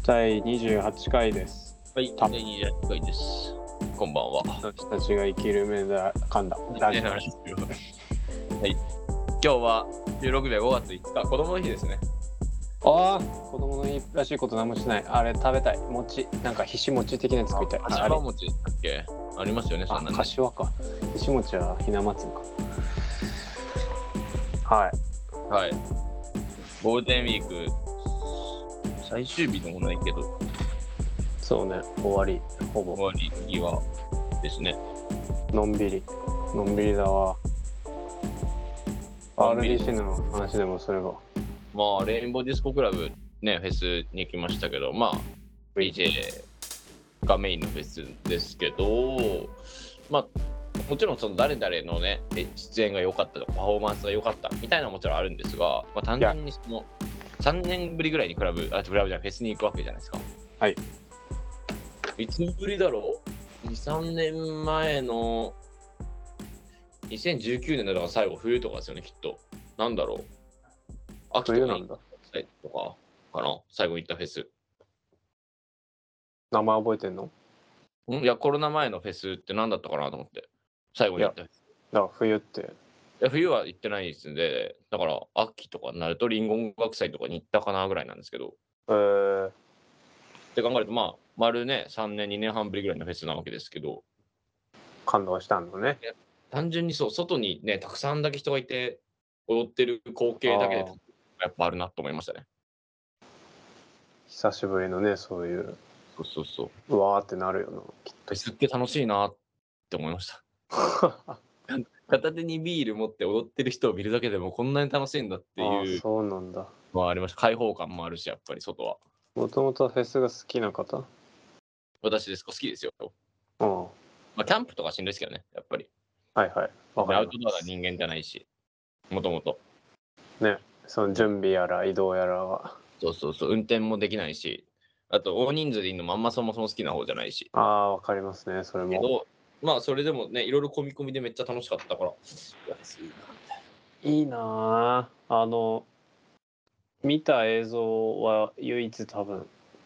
第28回です。 はい、第28回です。こんばんは。 私たちが生きる目だ噛んだラジオ。 はい。今日は収録日は5月5日、子供の日ですね。 ああ、子供の日らしいこと何もしない。あれ食べたい。餅、なんかひし餅的なやつ食いたい。 柏餅だっけ？ありますよね、そんなね。 柏か。ひし餅はひな祭りか。はい。 はい。ゴールデンウィーク最終日でもないけど、 そうね、終わり、ほぼ。 終わり際ですね。 のんびりだわ。RDC の話でもすれば。 まあ、レインボーディスコクラブね、フェスに行きましたけど、まあ、DJ がメインのフェスですけど、まあ、もちろんその誰々のね、出演が良かったとか、パフォーマンスが良かったみたいなのはもちろんあるんですが、まあ、単純にその3年ぶりぐらいにクラブじゃない、フェスに行くわけじゃないですか。 はい。 いつぶりだろう ?2、3年前の2019年のだから最後冬とかですよね、きっと。なんだろう。秋とかにとかかな、最後行ったフェス。 名前覚えてんの？ いや、コロナ前のフェスって何だったかなと思って。最後に行ったフェス。 だから冬って。 いや、冬は行ってないですんで、だから秋とかになるとリンゴ音楽祭とかに行ったかなぐらいなんですけど。って考えると、まあ、丸ね、3年、2年半ぶりぐらいのフェスなわけですけど。 感動したんだね。 単純にそう、外にね、たくさんだけ人がいて、踊ってる光景だけで、やっぱあるなと思いましたね。 久しぶりのね、そういう。 そう。 うわーってなるよな、きっと。 フェスって楽しいなって思いました。片手にビール持って踊ってる人を見るだけでもこんなに楽しいんだっていうそうなんだ。 のはありました。開放感もあるし、やっぱり外は。 もともとフェスが好きな方？ 私ですか、好きですよ。 うん。 まあ、キャンプとかしんどいですけどね、やっぱり。 はいはい。わかりまアウトドアなす。 人間じゃないし、もともと。 ね、その準備やら移動やらは。 そう、運転もできないし、あと大人数でいるのもあんまそもそも好きな方じゃないし。 わかりますね、それも。 けど、まあそれでもね、いろいろ込み込みでめっちゃ楽しかったから、いや、いいなみたいいいなぁ。見た映像は唯一多分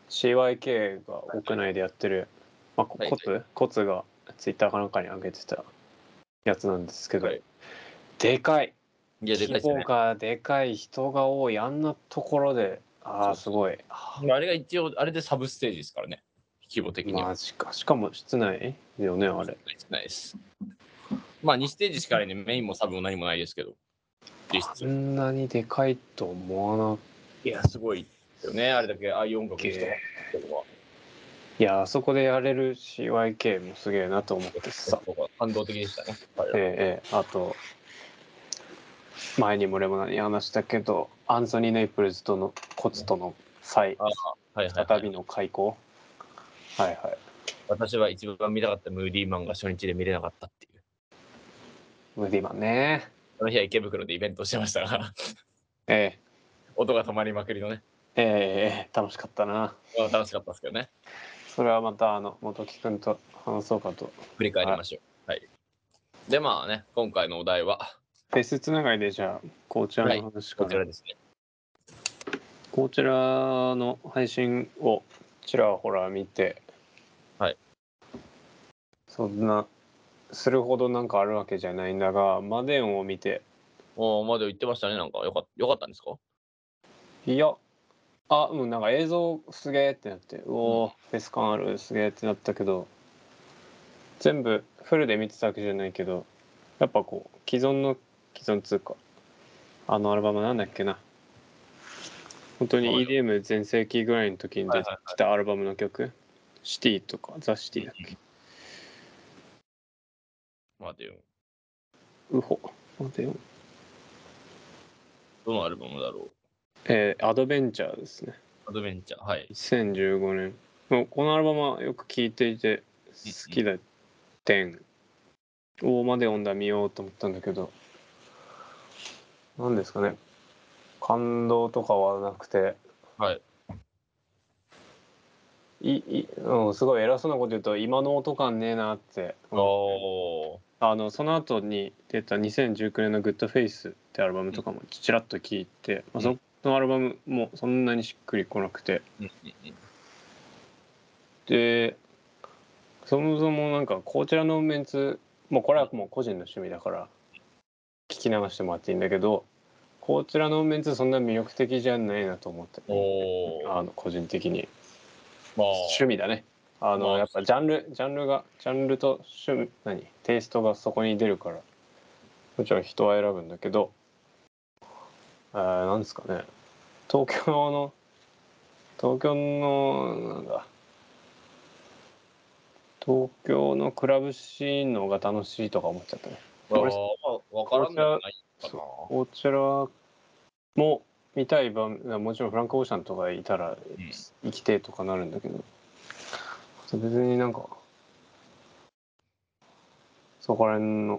CYK が屋内でやってる、コツがツイッターかなんかに上げてたやつなんですけど、でかい。 いや、でかい規模ですね。 がでかい、人が多い、あんなところで、すごい。 あれが一応、あれでサブステージですからね、規模的には。 マジか。しかも室内よね、あれ。 ないです。まあ2ステージしかないんで、メインもサブも何もないですけど、実質。 あんなにでかいと思わな。 いや、すごいよね、あれだけああいう音楽の人がってるのは。 いや、あそこでやれる CYK もすげえなと思ってさ。 感動的でしたね。 あと、前にもレモナに話したけど、アンソニー・ネイプルズとのコツとの再びの開口。はいはい。 私は一番見たかったムーディーマンが初日で見れなかったっていう。 ムーディマンね。 その日は池袋でイベントをしてましたが音が止まりまくりのね。 楽しかったな。 楽しかったですけどね。 それはまた元木くんと話そうかと。 振り返りましょう。はい。で、まあね、今回のお題は、 フェスつながりでじゃあ、こちらの話から。 こちらですね。 こちらの配信をちらほら見て、 はい。 そんなするほどなんかあるわけじゃないんだが、マデンを見て、 まで言ってましたね、なんかよかったんですか？ いや、なんか映像すげーってなって、フェス感ある、すげーってなったけど、全部フルで見てたわけじゃないけど、やっぱこう既存つうか、あのアルバムなんだっけな、本当に EDM 全盛期ぐらいの時に出てきたアルバムの曲、シティとかザ・シティだっけ、 待てよ。 待てよ。 どのアルバムだろアドベンチャーですね。 う。アドベンチャー、はい。 2015年。もうこのアルバムはよく聴いていて好きだってん。まで読んだ見ようと思ったんだけど、なんですかね。感動とかはなくて。 はい。 すごい偉そうなこと言うと今の音感ねえなっておその後に出た2019年の「グッドフェイス」ってアルバムとかもちらっと聞いて、そのアルバムもそんなにしっくりこなくて、 でそもそもなんかこちらのメンツ、もうこれはもう個人の趣味だから聞き流してもらっていいんだけど、こちらのメンツそんな魅力的じゃないなと思って、個人的に、趣味だね。やっぱジャンルとテイストがそこに出るから、もちろん人は選ぶんだけど、なんですかね、東京のなんだ、東京のクラブシーンの方が楽しいとか思っちゃったね。 分からんでもないかな。 こちらも見たいもちろんフランク・オーシャンとかいたら生きてとかなるんだけど、別になんかそこら辺の、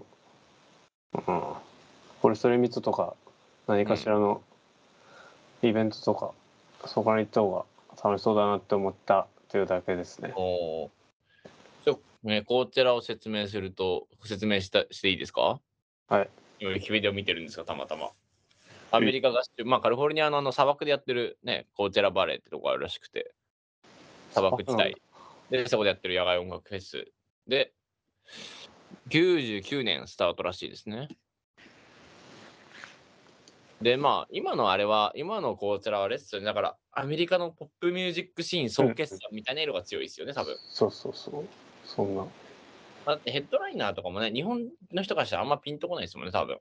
フォレストレミットとか何かしらのイベントとか、そこらに行った方が楽しそうだなって思ったというだけですね。 こちらを説明していいですか？ はい。 今ウィキペディアを見てるんですが、たまたま。アメリカ合衆、カリフォルニアの砂漠でやってるね、コーチェラバレーってとこあるらしくて、砂漠地帯でそこでやってる野外音楽フェスで、99年スタートらしいですね。で、今のコーチェラはレッスンだから、アメリカのポップミュージックシーン総決算みたいな色が強いですよね、多分。 そう。そんな。 だってヘッドライナーとかもね、日本の人からしたらあんまピンとこないですもんね、多分。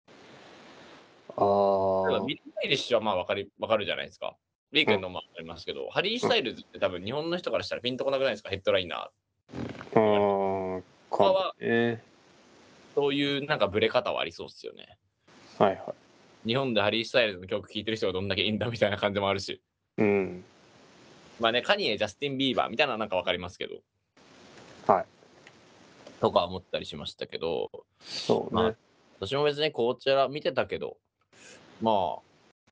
例えばビリー・アイリッシュはわかるじゃないですか。ウィークエンドもありますけど、ハリー・スタイルズって多分日本の人からしたらピンとこなくないですか、ヘッドライナー。他はそういうなんかブレ方はありそうですよね。 はいはい。 日本でハリー・スタイルズの曲聴いてる人がどんだけいいんだみたいな感じもあるし。カニエ、ジャスティン・ビーバーみたいななんかわかりますけど。 はい。 とか思ったりしましたけど、 そうね。 私も別にこちら見てたけど、好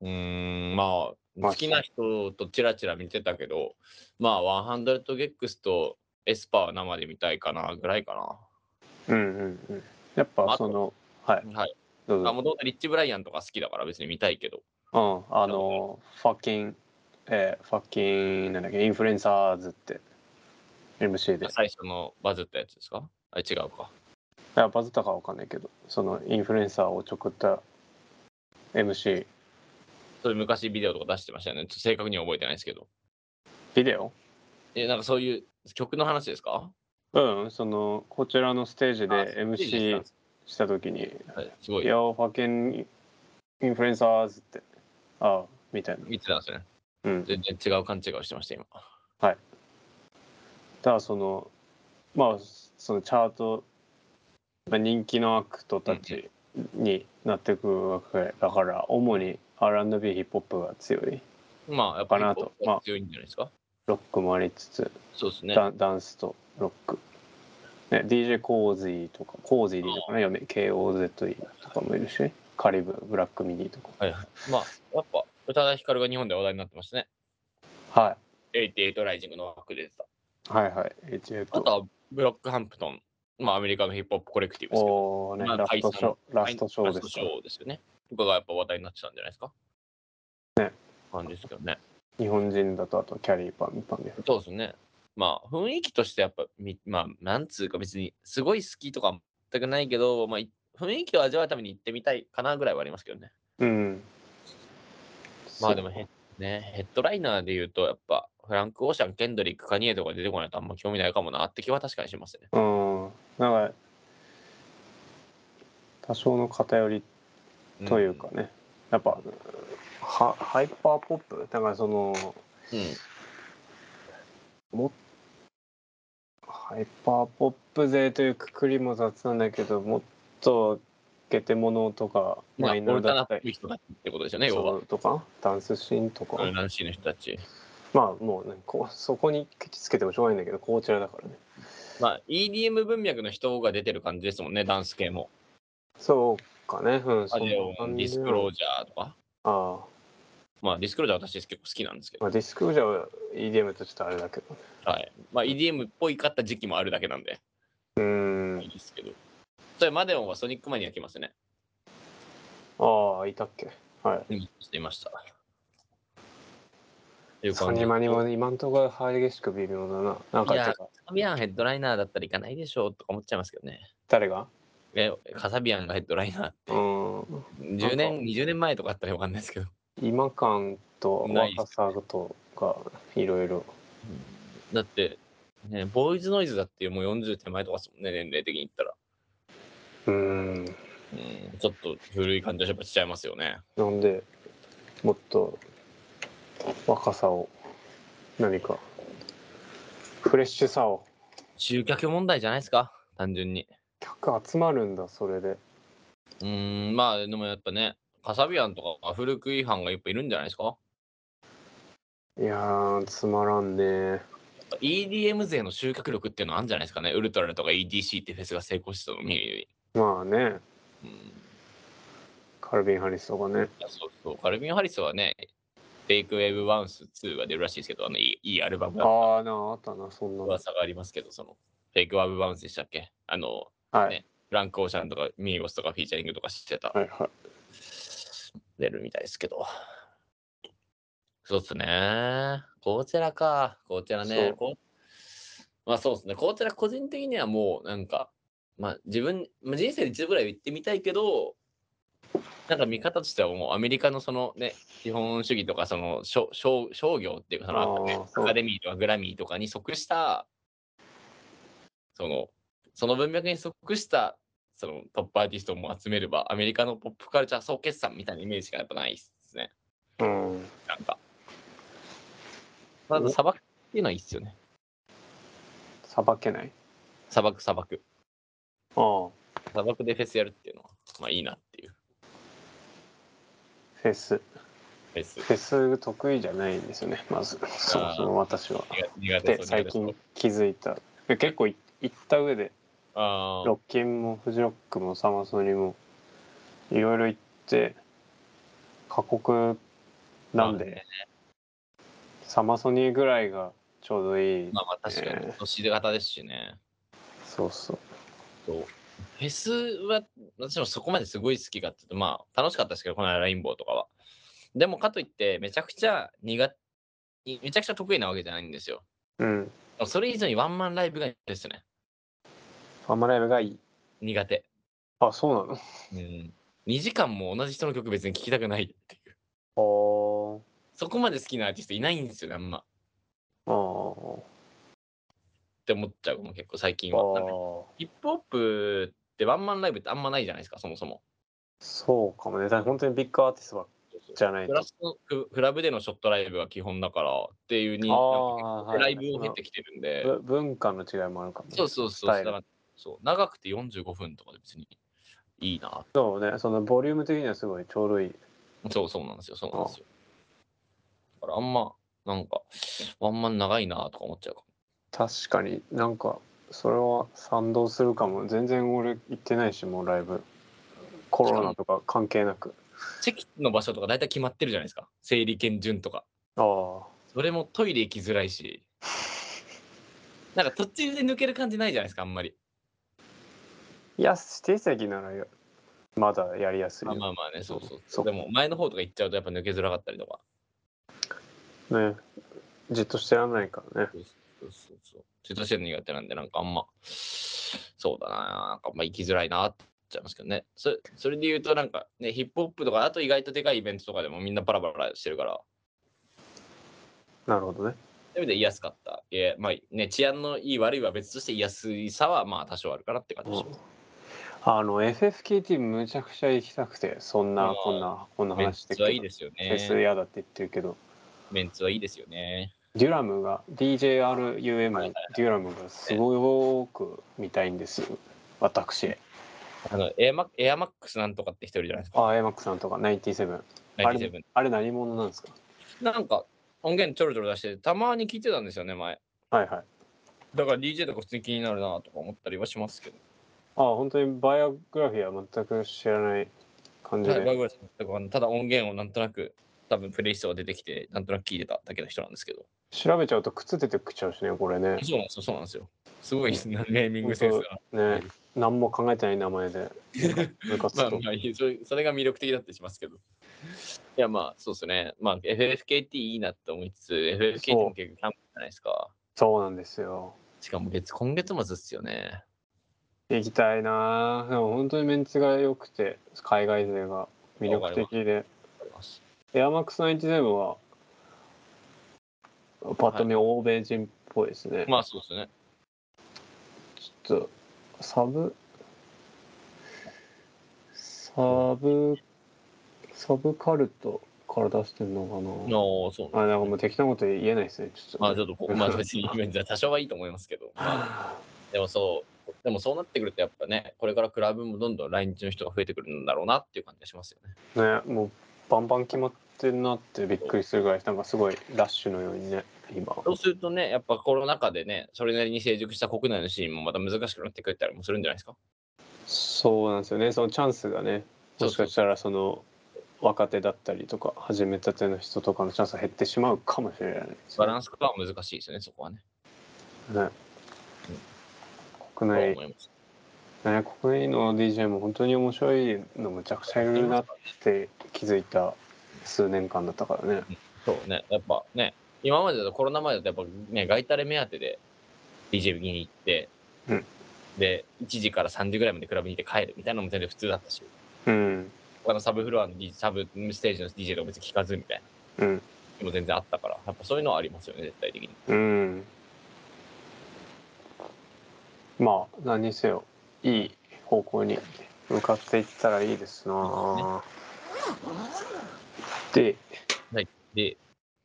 きな人とチラチラ見てたけど、100ゲックスとエスパーは生で見たいかなぐらいかな。やっぱはい。はい。 どうぞ。 もともとリッチ・ブライアンとか好きだから別に見たいけど。 ファッキンなんだっけ、インフルエンサーズって MC で。 最初のバズったやつですか？あれ違うか。 いやバズったかわかんないけど、そのインフルエンサーをちょくった MC。 それ昔ビデオとか出してましたよね。ちょっと正確には覚えてないですけど。 ビデオ？ なんかそういう曲の話ですか？ そのこちらのステージで MC した時に、 すごい。 いやファッキンインフルエンサーズって、みたいな。 見てたんですよね。全然違う勘違いをしてました、今。 はい。ただそのそのチャート、人気のアクトたちになっていくわけだから、主に R&B ヒップホップが強いやっぱヒップホップが強いんじゃないですか。 ロックもありつつ、 そうですね。 ダンスとロック、DJ コーズィとか、コーズィでいいのかな、KOZE とかもいるし、カリブ、ブラックミニとか。 やっぱ宇多田ヒカルが日本で話題になってましたね。 は 88ライジングの枠で出た。 い。88。 あとはブロックハンプトン、アメリカのヒップホップコレクティブですけど、 ラストショーですよね。とかがやっぱ話題になってたんじゃないですか。感じですけどね。 日本人だとあとキャリーパンで。 そうですね。雰囲気としてやっぱなんつうか別にすごい好きとか全くないけど、雰囲気を味わうために行ってみたいかなぐらいはありますけどね。でもヘッドライナーで言うとやっぱフランク・オーシャン、ケンドリック、カニエとか出てこないとあんま興味ないかもなって気は確かにしますね。 なんか多少の偏りというかね、やっぱハイパーポップだからその、ハイパーポップ勢というくくりも雑なんだけど、もっとゲテモノとかマイナーだったりってことですよね、要は。 とかダンスシーンとか、 ナンシーの人たち。 もうね、そこにケチつけてもしょうがないんだけど、こちらだからね。 EDM 文脈の人が出てる感じですもんね、ダンス系も。 そうかね。 アジオン、ディスクロージャーとか。ディスクロージャー私結構好きなんですけど。 ディスクロージャーは EDM とちょっとあれだけどね。 はい。EDM っぽいかった時期もあるだけなんで。いいですけど。それマデオンはソニックマニア来ますね。 いたっけ。はい。 いました。 いうサ感じだと。 ニマニも今んところ激しく微妙だな。なんいや、 かてか、 カサビアンヘッドライナーだったら行かないでしょうとか思っちゃいますけどね。 誰が？ カサビアンがヘッドライナーっうて。 ん。なん 10 か、 年、20年前とかあったらわかんないですけど。 今感とない若さとか、いろいろ。 だって、ね、ボーイズノイズだってもう40手前とかですもんね、年齢的に言ったら。ちょっと古い感じはやっぱしちゃいますよね。 なんで、もっと若さを、何か、フレッシュさを。 集客問題じゃないですか、単純に。 客集まるんだ、それで。 まあ、でもやっぱね、カサビアンとか古く違反がやっぱいるんじゃないですか。 いやー、つまらんね。 EDM 勢の集客力っていうのはあるんじゃないですかね。ウルトラとか EDC ってフェスが成功したのを見るより。 まあね、 うん。 カルビン・ハリスとかね。 そうそう。カルビン・ハリスはね、フェイクウェーブ・ワンス2が出るらしいですけど、いいアルバムだったああ、あったな、そんなの。 噂がありますけど、フェイクウェーブ・ワンスでしたっけはい。 ね、フランク・オーシャンとかミーゴスとかフィーチャリングとかしてた、 はいはい。 出るみたいですけど。そうっすね。コーチェラか。コーチェラね。 そまあそうですね。コーチェラ個人的にはもうなんか、まあ人生で一度ぐらいは行ってみたいけど、なんか見方としてはもうアメリカのそのね、資本主義とかその商業っていうかああ、 アカそう。 デミーとかグラミーとかに即した、その、その文脈に即したそのトップアーティストも集めれば、アメリカのポップカルチャー総決算みたいなイメージがやっぱないですね。 うん。 なんか。まず砂漠っていうのはいいっすよね。 さばけない。 砂漠。 ああ、 砂漠でフェスやるっていうのは、まあいいなっていう。 フェス。 フェス。 フェス得意じゃないんですよね、まず。そもそも私は。で、最近気づいた。結構行った上で、ロッキンもフジロックもサマソニも、いろいろ行って、過酷なんで、 まあね、 サマソニぐらいがちょうどいい。 まあ確かに、年型ですしね。 そうそう。 そう。フェスは、私もそこまですごい好きかっていうと、まあ楽しかったですけど、この間レインボーとかは。でもかといって、めちゃくちゃ得意なわけじゃないんですよ。 うん。 それ以上にワンマンライブがですね。 ワンマンライブがいい。 苦手。 あ、そうなの？ 2時間も同じ人の曲別に聴きたくないっていう。 あそこまで好きなアーティストいないんですよね、あんま。 あ、あって思っちゃうもん、結構最近あ、 は。なんかああ。 ヒップホップってワンマンライブってあんまないじゃないですか、そもそも。 そうかもね。だから本当にビッグアーティストじゃないと。 クラブでのショットライブが基本だからっていうあなんかあ、はいはい。 ライブを経てきてるんで、 文化の違いもあるかもね。 そう、 スタイル。 だから、そう、長くて45分とかで別にいいな。 そうね。そのボリューム的にはすごいちょうどいい。 そうなんですよ。 あだからあんま、なんか、ワンマン長いなとか思っちゃうかも。 確かになんか、それは賛同するかも。全然俺行ってないし、もうライブ。コしかも、 ロナとか関係なく。 席の場所とか大体決まってるじゃないですか。整理券順とか。 ああ。 それもトイレ行きづらいし、なんか途中で抜ける感じないじゃないですか、あんまり。 いや、指定席ならまだやりやすいよ。 まあね、 そでも前の方とか行っちゃうとやっぱ抜けづらかったりとか。 ね。じっとしてらんないからね。 そう。中途してるの苦手なんで、なんかあんま、そうだな、なんかあんま行きづらいなってちゃいますけどね。それで言うとなんかね、ヒップホップとか、あと意外とでかいイベントとかでもみんなバラバラしてるから、 なるほどね。 そういう意味で言いやすかった。まあね、治安のいい悪いは別として言いやすいさはまあ多少あるかなって感じします。 FFKT むちゃくちゃ行きたくて、こんなメン話してるけど、 ツはいいですよフェスね。 嫌だって言ってるけど、 メンツはいいですよね。 デュラムが、DJRUM はいはい。 デュラムがすごく見たいんですよ、私。 エアマックスなんとかって一人じゃないですか。 エマックさんとか97。 97。 あれ何者なんですか？ なんか音源ちょろちょろ出して、たまに聞いてたんですよね、前。 はいはい。 だから DJ とか普通に気になるなとか思ったりはしますけど。 本当にバイオグラフィーは全く知らない感じはい、 で。 バグラスとかただ音源をなんとなく、多分プレイストア出てきて、なんとなく聞いてただけの人なんですけど。 調べちゃうと靴出てきちゃうしね、これね。 そうなんですよ。すごいネーミングセンス本が。 当ね、何も考えてない名前で、部活と。 それが魅力的だったりしますけど。 いや、まあ、そうですね。まあ、FFKT いいなって思いつつ、FFKT もそう、 結構キャンプじゃないですか。 そうなんですよ。 しかも今月末っすよね。 行きたいな。でも本当にメンツが良くて、海外勢が魅力わかります。 的で、 わかります。 エアマックス97はパッはい。 と見欧米人っぽいですね。 まあ、そうですね。 ちょっとサブサブカルトから出してんのかああ、そうなな。あ、 んですね。 なんかもう適当なこと言えないですね。ちょっまあ、 とね。 ちょっとまあ、別に多少はいいと思いますけど、まあ、でもそうなってくるとやっぱね、これからクラブもどんどん来日の人が増えてくるんだろうなっていう感じがしますよね。 ね、もうバンバン決まってんなってびっくりするぐらい、なんかすごいラッシュのようにね、今。 そうするとね、やっぱコロナ禍でね、それなりに成熟した国内のシーンもまた難しくなってくれたりもするんじゃないですか。 そうなんですよね。そのチャンスがね、もしかしたらその若手だったりとか始めたての人とかのチャンスが減ってしまうかもしれないですよバランスが難しいですよね、そこはね。 ね。 うん、 国内、 とは思います。 ね、国内の DJ も本当に面白いのむちゃくちゃいるなって気づいた数年間だったからね。 そうね、やっぱね、今までだとコロナ前だとやっぱね、ガイタレ目当てで DJ 見に行って、 うん。 で、1時から3時ぐらいまでクラブにいて帰るみたいなのも全然普通だったし、 うん。 他のサブフロアのサブステージの DJ とか別に聞かずみたいなうん。 のも全然あったから、やっぱそういうのはありますよね、絶対的に。 うん。まあ何にせよいい方向に向かっていったらいいですな。で、 はい。で、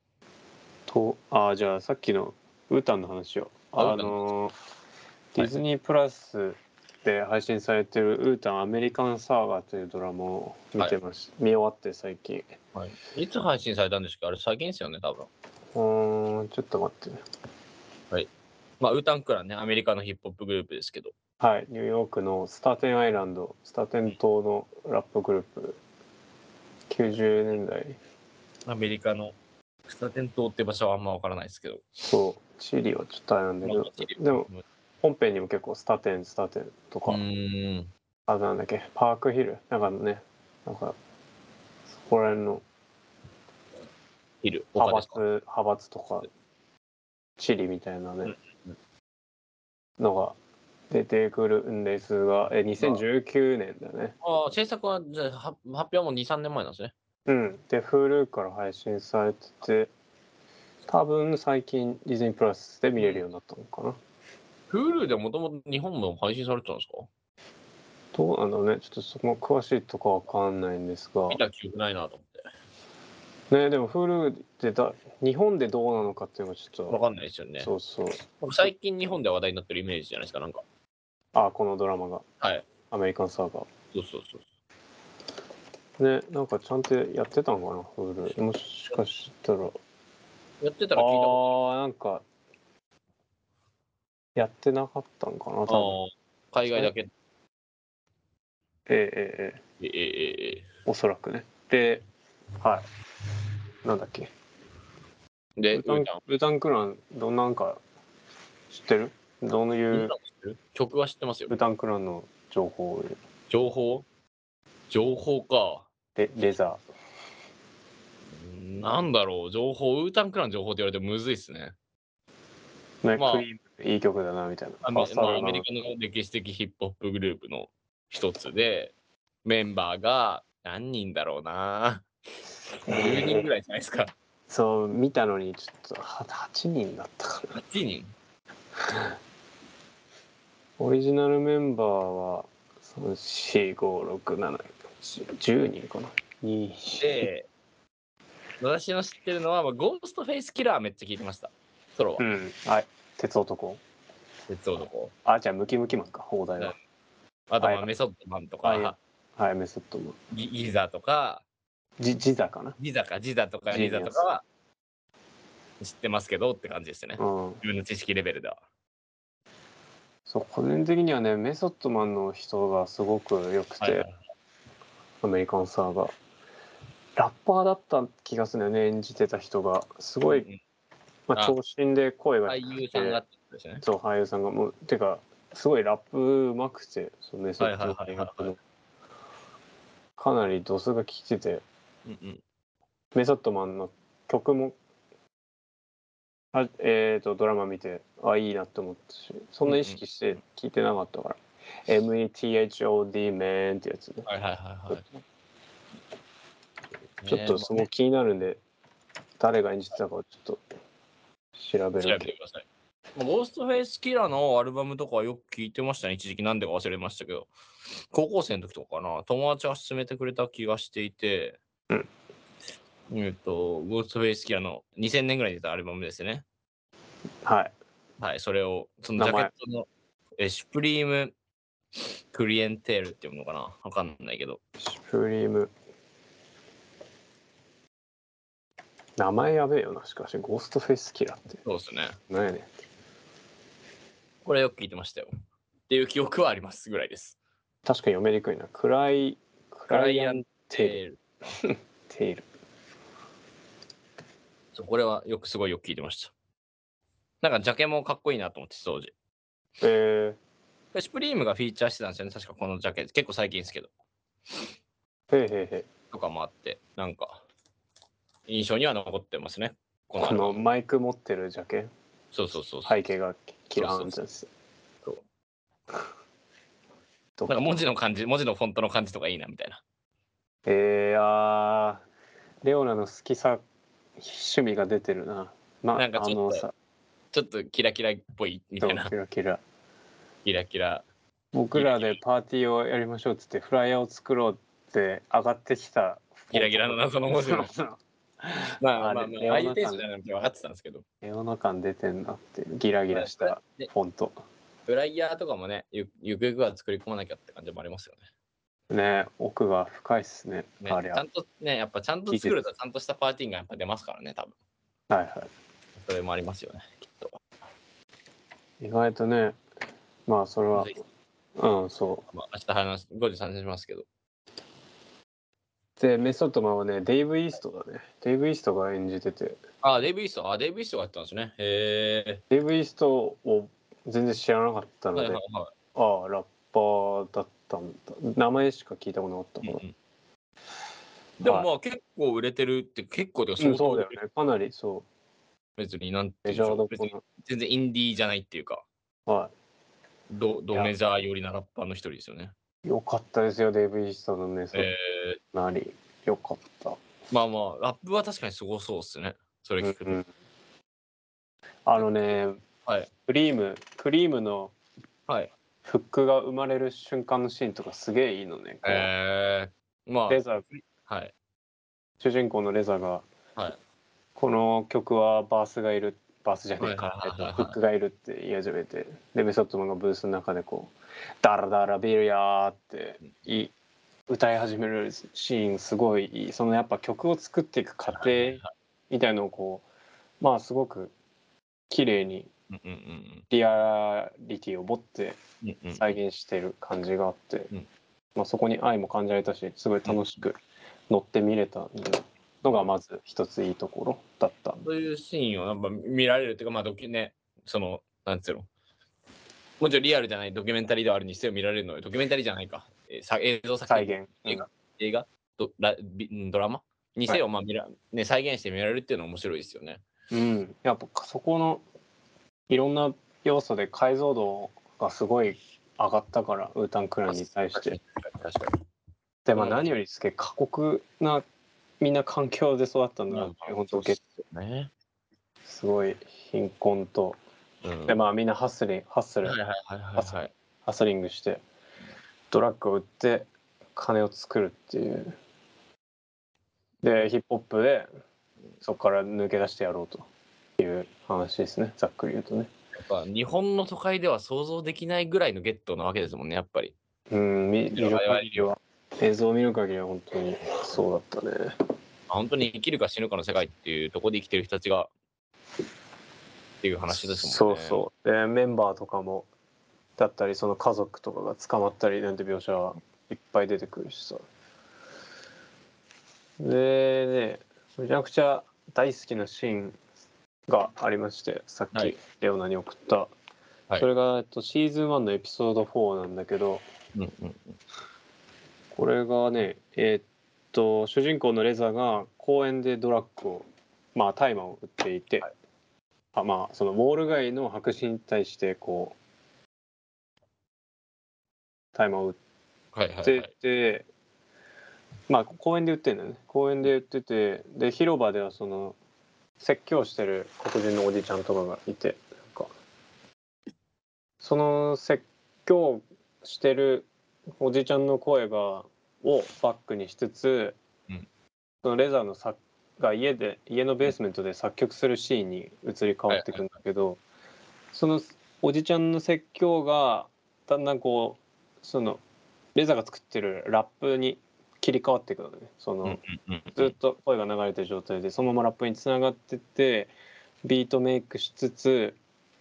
じゃあさっきのウータンの話を歌のディズニープラスで配信されてるウータンアメリカンサーガーというドラマを見てます、見終わって最近。 はい。いつ配信されたんですか？あれ最近ですよね、多分。 ちょっと待ってね。 はい。まあ、ウータンクランね、アメリカのヒップホップグループですけど。 はい、ニューヨークのスターテンアイランド、スターテン島のラップグループ、90年代。 アメリカのスタテン島って場所はあんまわからないですけど。 そうチリはちょっとあれなんだけど、 まあ、チリでも本編にも結構スタテンとうか、 ーん。 あとなんだっけ、パークヒル、なんかね、なんかそこら辺の他ですか？ 派閥とかチリみたいなね、 うん。うん。 のが出てくるんですが、2019年だね。 ああ、制作はじゃあ、発表はもう2、3年前なんですね。 うん。で、Hulu から配信されてて、多分最近ディズニープラスで見れるようになったのかな。 Hulu でもともと日本も配信されてたんですか？ どうなんだろうね。ちょっとそこも詳しいとかわかんないんですが。 見た記憶ないなと思って。 ね、でも Hulu で日本でどうなのかっていうのがちょっと、 わかんないですよね。 そうそう。 最近日本で話題になってるイメージじゃないですか、なんか。 このドラマが、 はい。 アメリカンサーガそうそうそう。 ー。ね、なんかちゃんとやってたのかな、Hulu。もしかしたら。 やってたら聞いたことなんか、やってなかったんかな、多分。 ああ、海外だけ。 えええええええ。 おそらくね。で、はい。なんだっけ。 で、ウータン。 ウータンクラン、どんなんか知ってる？どういうウータン知ってる？曲は知ってますよ。 ウータンクランの情報を情報情報か。 レザなんだろう、情報、ウータンクランの情報って言われてもむずいっすね。 ー。ね、 まあ、 クリーム、いい曲だな、みたいな。ファーストアアメリルバム。 カの歴史的ヒップホップグループの一つで、メンバーが何人だろうな。10人ぐらいじゃないですか。 そう、見たのに、ちょっと、8人だったかな。 8人。 オリジナルメンバーは、3、4、5、6、7、10人かな。2、 で、私の知ってるのは、ゴーストフェイスキラーめっちゃ聞いてました。ソロは。 うん。はい。鉄男。 鉄男。 じゃあ、ムキムキマンか、放題は。 あと、 はい。 メソッドマンとはい。 か、 はい、メソッドマン。 ギザとか、 ジザかな。 ジザとかリジーニアス。 ザとかは知ってますけどって感じですね。 うん。 自分の知識レベルでは。 そう、個人的にはね、メソッドマンの人がすごく良くて、 はいはい。 アメリカンサーが。ラッパーだった気がするんだよね、演じてた人が。すごい、 うんうん。あ、 長身で声が俳低くて、 優さんがってことですね。 そう、俳優さんがてか、すごいラップ上手くて、そのメソッドはいはいはいはいはい。 マン役の。かなりドスが効いてて、 うんうん。 メソッドマンの曲もドラマ見ていいなって思ったし、そんな意識して聞いてなかったから、METHOD Man ってやつね。 はいはいはいはい。 ちょっとその気になるんで、誰が演じてたかをちょっと調べ調るべてください。ゴーストフェイスキラーのアルバムとかはよく聞いてましたね。一時期なんでか忘れましたけど。高校生の時とかかな。友達が勧めてくれた気がしていて、 うん。 ゴーストフェイスキラーの2000年ぐらいに出たアルバムですね。 はい。 はい、それを、そのジャケットの、シュプリームクリエンテールっていうのかな、わかんないけど。 シュプリーム。名前やべえよな、しかし、ゴーストフェイスキラーって。 そうですね。 何やねん。 これよく聞いてましたよ。っていう記憶はありますぐらいです。 確かに読めにくいな。クライアンテール。テール。 そう、これはすごいよく聞いてました。なんかジャケもかっこいいなと思って当時。シュプリームがフィーチャーしてたんですよね。確かこのジャケ。結構最近ですけど。 へへへ。 とかもあって、なんか、印象には残ってますね。 このマイク持ってるジャケ。 そうそうそう。 背景がキラーンってやつ。 なんか文字の感じ、文字のフォントの感じとかいいなみたいな。 レオナの好きさ、趣味が出てるな。 なんかちょっとキラキラっぽいみたいな。 キラキラ。 キラキラ。 僕らでパーティーをやりましょうっつってフライヤーを作ろうって上がってきたキラキラの謎の文字の。まあ、ああいうテイストじゃなくて分かってたんですけど。 レオナ感出てんなってギラギラしたフォント。 フライヤーとかもね、ゆくゆくは作り込まなきゃって感じもありますよね。 ね、奥が深いっすね。 ちゃんとね、やっぱちゃんと作るとちゃんとしたパーティーがやっぱ出ますからね、多分。 はいはい。 それもありますよね、きっと。 意外とね、まあそれは、そう。 まあ、明日後日話しますけど。 で、メソッドマンはね、デイブ・イーストだね。デイブ・イーストが演じてて。 デイブ・イーストがやってたんですね。へえ。 デイブ・イーストを全然知らなかったので、ラッパーだったんだ。名前しか聞いたことなかったから。 でもまあ結構売れてるって相当そうだよね。かなりそう。 別になんていうんメジャーどでしょう。全然インディーじゃないっていうか、 はい。 ドメジャー寄りなラッパーの一人ですよね。 よかったですよ、デイブ・イーストのメソッドなり。よかった。 まあまあ、ラップは確かにすごそうっすね。それ聞くと。クリームのフックが生まれる瞬間のシーンとかすげえいいのね。 まあ、 レザー、主人公のレザが、この曲はバースじゃねえか、フックがいるって言い始めて、でメソッドマンがブースの中でこうダラダラビルヤーって歌い始めるシーンすごいいい。そのやっぱ曲を作っていく過程みたいのをこうまあすごく綺麗にリアリティを持って再現してる感じがあって、まあそこに愛も感じられたし、すごい楽しく乗って見れたのがまず一ついいところだった。 そういうシーンをやっぱ見られるっていうか、まあそのなんつうの、もちろんリアルじゃないドキュメンタリーではあるにせよ見られるので、ドキュメンタリーじゃないか、映像作品、映画、ドラマにせよ、まあ再現して見られるっていうのは面白いですよね。 やっぱそこのいろんな要素で解像度がすごい上がったから、ウータンクランに対して。 確かに。 でまあ何より過酷なみんな環境で育ったんだなって本当すごい貧困と、でまあみんなハスリングしてドラッグを売って金を作るっていう。でヒップホップでそこから抜け出してやろうという話ですね、ざっくり言うとね。 やっぱ日本の都会では想像できないぐらいのゲットなわけですもんね、やっぱり。 見る限りは、映像を見る限りは本当にそうだったね。 本当に生きるか死ぬかの世界っていうところで生きてる人たちがっていう話ですもんね。 そうでメンバーとかもだったり、その家族とかが捕まったりなんて描写はいっぱい出てくるしさ。でね、めちゃくちゃ大好きなシーンがありまして、さっきレオナに送った、それがシーズン1のエピソード4なんだけど、これがね主人公のレザが公園でドラッグをまあ大麻を売っていて、まあそのウォール街の白人に対してこう大麻を売ってて、まあ公園で売ってんだよね。公園で売ってて、で広場ではその説教してる黒人のおじちゃんとかがいて、なんかその説教してるおじちゃんの声をバックにしつつ、そのレザーのが家のベースメントで作曲するシーンに移り変わっていくんだけど、そのおじちゃんの説教がだんだんこうそのレザーが作ってるラップに切り替わっていくのね。そのずっと声が流れてる状態でそのままラップにつながってってビートメイクしつつ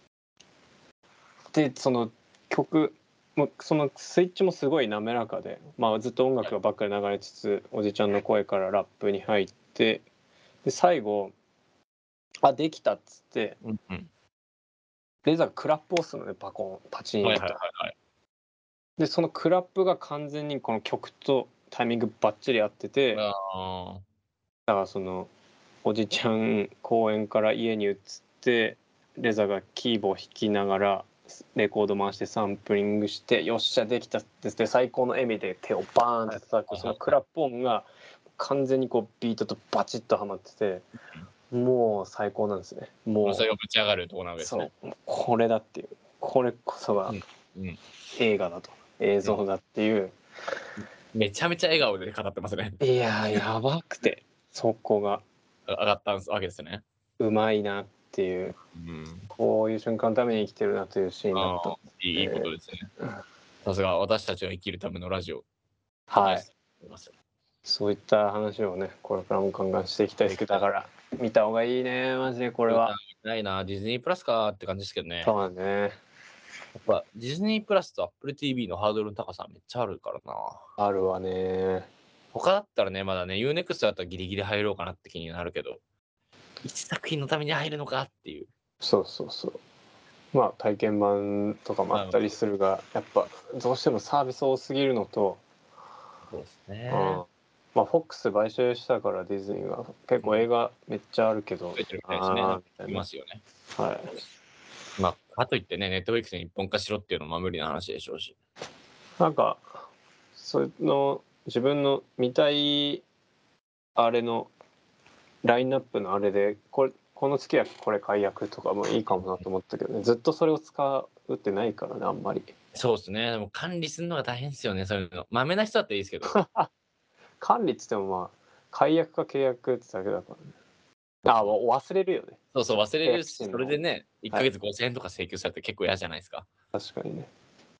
でその曲もそのスイッチもすごい滑らかで、まあ、ずっと音楽がばっかり流れつつおじちゃんの声からラップに入ってで最後できたっつって、レザーがクラップを押すのね、パチンと。でそのクラップが完全にこの曲とタイミングバッチリ合ってて、だからそのおじちゃん公園から家に移ってレザーがキーボー弾きながらレコード回してサンプリングしてよっしゃできたって最高の笑みで手をバーンって叩くそのクラップ音が完全にこうビートとバチッとはまってて、もう最高なんですね。もうそれがぶち上がるところなわけですね。 そうこれだっていう、これこそが映画だと、映像だっていう、 めちゃめちゃ笑顔で語ってますね。 いややばくてそこが上がったわけですね。 うまいなっていう、こういう瞬間のために生きてるなというシーンだった。 いいことですね。さすが私たちが生きるためのラジオ。 はい。そういった話をね、これからもガンガンしていきたいですけど、だから見た方がいいね、マジでこれは。 ないな、ディズニープラスかって感じですけどね。 そうだね。 やっぱディズニープラスと Apple TV のハードルの高さめっちゃあるからな。 あるわね。 他だったらね、まだね、UNEXT だったらギリギリ入ろうかなって気になるけど、一作品のために入るのかっていう。 そうそうそう。まあ体験版とかもあったりするが、やっぱどうしてもサービス多すぎるのと、 そうですね。 まあ FOX 買収したからディズニーが結構映画めっちゃあるけど、 増えてるみたいですね。いますよね。 はい。 まあ、かといってね、Netflix に一本化しろっていうのは無理な話でしょうし。 なんかその自分の見たいあれのラインナップのあれでこの月はこれ解約とかもいいかもなと思ったけどね、ずっとそれを使うってないからね、あんまり。 そうですね。でも管理するのが大変ですよね、そういうの。まめな人だっていいですけど。 管理っつってもまあ解約か契約ってだけだからね。忘れるよね。 そうそう、忘れるし、それでね、1ヶ月5000円とか請求されて結構嫌じゃないですか。 確かにね。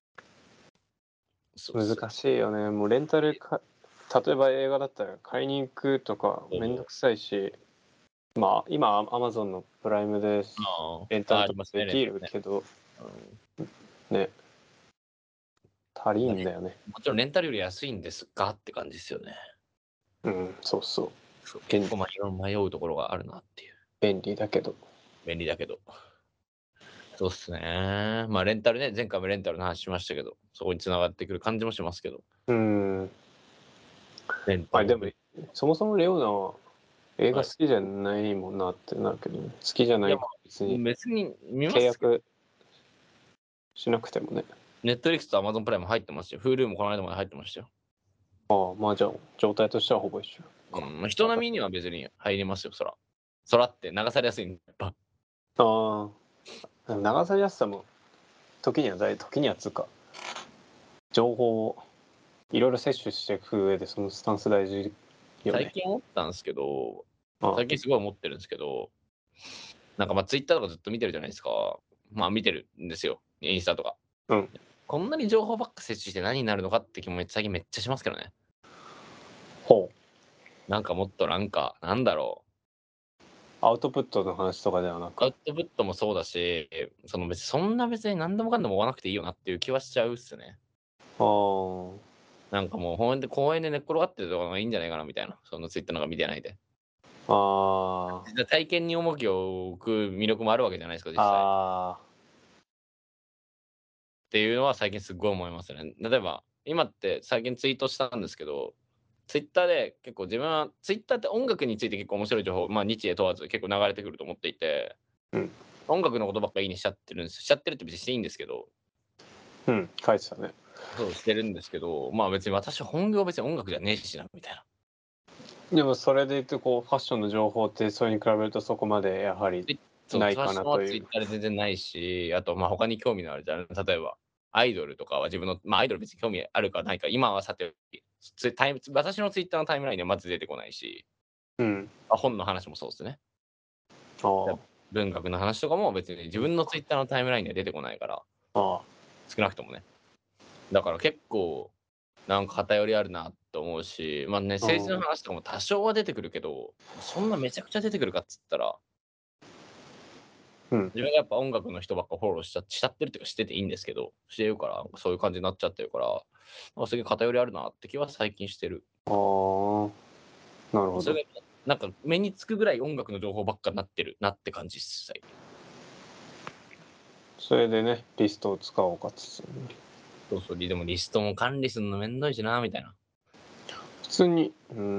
難しいよね。もうレンタル例えば映画だったら買いに行くとかめんどくさいし、まあ今 Amazon のプライムでレンタルとかできるけど、ね、足りんだよね。 もちろんレンタルより安いんですがって感じですよね。 そうそう。 結構迷うところがあるなっていう。 便利だけど。 便利だけど。そうっすね。まあレンタルね、前回もレンタルの話しましたけど、そこに繋がってくる感じもしますけど。レンタル。 でもそもそもレオナは映画好きじゃないもんなってなるけど、ね、好きじゃないから別に見ます契約しなくてもね。 ネットフリックスと Amazon プライム入ってますよ。Hulu もこの間まで入ってましたよ。 まあじゃあ状態としてはほぼ一緒。 人並みには別に入りますよ、そら。そらって流されやすいんやっぱ。 流されやすさも時にはつうか情報をいろいろ摂取していく上でそのスタンス大事よね。 最近思ったんですけど、最近すごい思ってるんですけど、なんかまあ Twitter とかずっと見てるじゃないですか。まあ見てるんですよ。インスタとか。こんなに情報ばっか摂取して何になるのかって気も最近めっちゃしますけどね。なんかもっとなんだろう。 アウトプットの話とかではなく。 アウトプットもそうだし、そんな別に何でもかんでも追わなくていいよなっていう気はしちゃうっすね。なんかもう公園で寝っ転がってるとかがいいんじゃないかなみたいな。そのツイッターなんか見てないで。体験に重きを置く魅力もあるわけじゃないですか、実際。っていうのは最近すっごい思いますね。例えば、今って最近ツイートしたんですけど、 ツイッターで結構自分はツイッターって音楽について結構面白い情報、まあ日英問わず結構流れてくると思っていて、 うん音楽のことばっかいいねしちゃってるんです。しちゃってるって別にしていいんですけど、 うん書いてたね。 そうしてるんですけど、まあ別に私本業は別に音楽じゃねえしなみたいな。 でもそれで言ってこうファッションの情報ってそれに比べるとそこまでやはりそう、 ないかファッションはなという。 ツイッターで全然ないし、あとまあ他に興味のあるじゃん。例えば、アイドルとかは自分の、まあアイドル別に興味あるかないか、今はさておき、私のツイッターのタイムラインにはまず出てこないし、 うん。 本の話もそうですね。 あ文学の話とかも別に自分のツイッターのタイムラインには出てこないから、 あああ少なくともね。だから結構、なんか偏りあるなと思うし、まあね、政治の話とかも多少は出てくるけど、そんなめちゃくちゃ出てくるかっつったら、 うん。 自分がやっぱ音楽の人ばっかフォローしちゃってるっていうかしてていいんですけど、してるから、そういう感じになっちゃってるから、なんかすげえ偏りあるなって気は最近してる。 ああなるほど。 それがなんか目につくぐらい音楽の情報ばっかなってるなって感じです、最近。 それでねリストを使おうかっつって、ね、 そうそう、でもリストも管理するのめんどいしな、みたいな。 普通に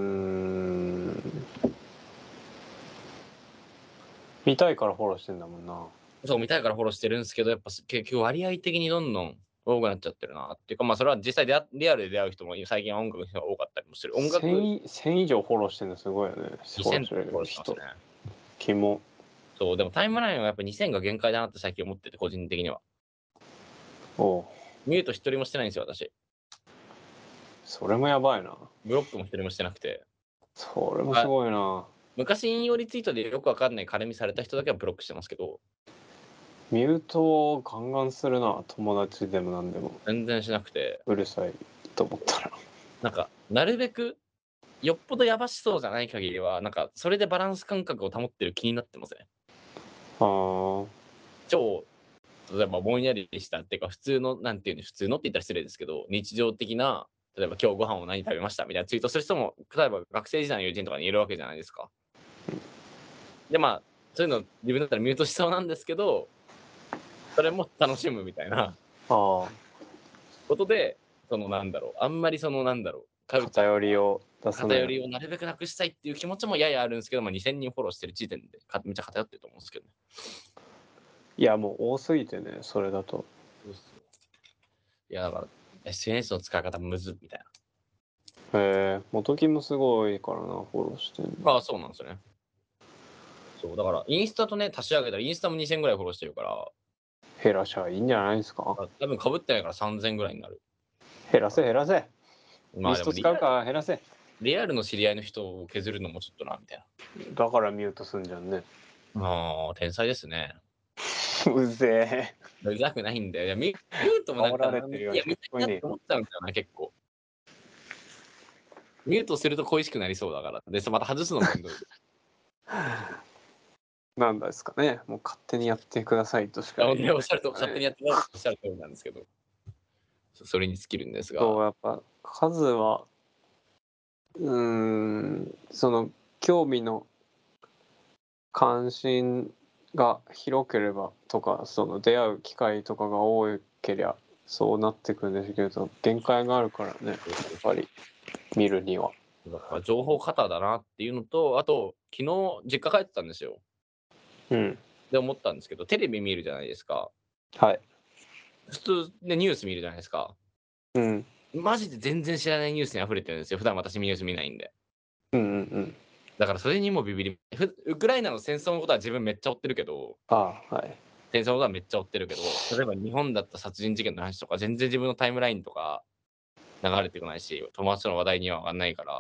見たいからフォローしてんだもんな。 そう見たいからフォローしてるんですけど、やっぱ結局割合的にどんどん多くなっちゃってるなっていうか、まあそれは実際リアルで出会う人も最近は音楽の人が多かったりもする。音楽 1000以上フォローしてるのすごいよね。フォロー 2000 してるフォローしてます人。 ね。 キモ。 そう、でもタイムラインはやっぱ2000が限界だなって最近思ってて、個人的には。 おうミュート一人もしてないんですよ、私。 それもやばいな。 ブロックも一人もしてなくて。 それもすごいな。 昔引用リツイートでよくわかんない絡みされた人だけはブロックしてますけど、 ミュートをガンガンするな。友達でも何でも全然しなくて、 うるさいと思ったら。 なんか、なるべく、よっぽどやばしそうじゃない限りは、なんか、それでバランス感覚を保ってる気になってますね。 ああ超、例えばぼんやりしたっていうか、普通の、なんていうの、普通のって言ったら失礼ですけど、日常的な、例えば今日ご飯を何食べましたみたいなツイートする人も、例えば学生時代の友人とかにいるわけじゃないですか。で、まあ、そういうの自分だったらミュートしそうなんですけど、それも楽しむみたいなあことで、あんまりカルチャー偏りを出さないように。 偏りをなるべくなくしたいっていう気持ちもややあるんですけど、まあ、2000人フォローしてる時点でめっちゃ偏ってると思うんですけどね。 いやもう多すぎてねそれだと。 そうそう。いや、だから、SNS の使い方むずみたいへえ元木もすごいからなフォローしてんな。あの。 あ、そうなんですよね。そう、だからインスタとね、足し上げたらインスタも2000ぐらいフォローしてるから、 減らしゃいいんじゃないですか。 多分被ってないから3000ぐらいになる。 減らせ減らせ。 まあでもリスト使うから減らせ。 リアルの知り合いの人を削るのもちょっとな、みたいだからミュートすんじゃんね。 な。ああ、天才ですね。 うぜうざくないんだよ。いや、ミュートもえ。 なんか、 煽られてるよういや、 にしか見たいなって聞こえねえよ。 思っちゃうんだよな、結構。ミュートすると恋しくなりそうだから。で、また外すのもめんどい。 なんですかね。もう勝手にやってくださいとしか言えないおっしゃると、 ですかね。 勝手にやってくださいおっしゃる通りなんですけど、それに尽きるんですが、 そうやっぱ数はその興味の関心が広ければとかその出会う機会とかが多けりゃそうなってくるんですけど限界があるからねやっぱり見るには。 だから情報過多だなっていうのと、あと、昨日実家帰ってたんですよ。 うんで、思ったんですけど、テレビ見るじゃないですか。 はい普通ね、ニュース見るじゃないですか。 うんマジで全然知らないニュースに溢れてるんですよ。普段私ニュース見ないんで。 うんうんうんだからそれにもビビり。ウクライナの戦争のことは自分めっちゃ追ってるけど、 ああはい戦争のことはめっちゃ追ってるけど、例えば日本だった殺人事件の話とか、全然自分のタイムラインとか流れてこないし、友達との話題には上がんないから、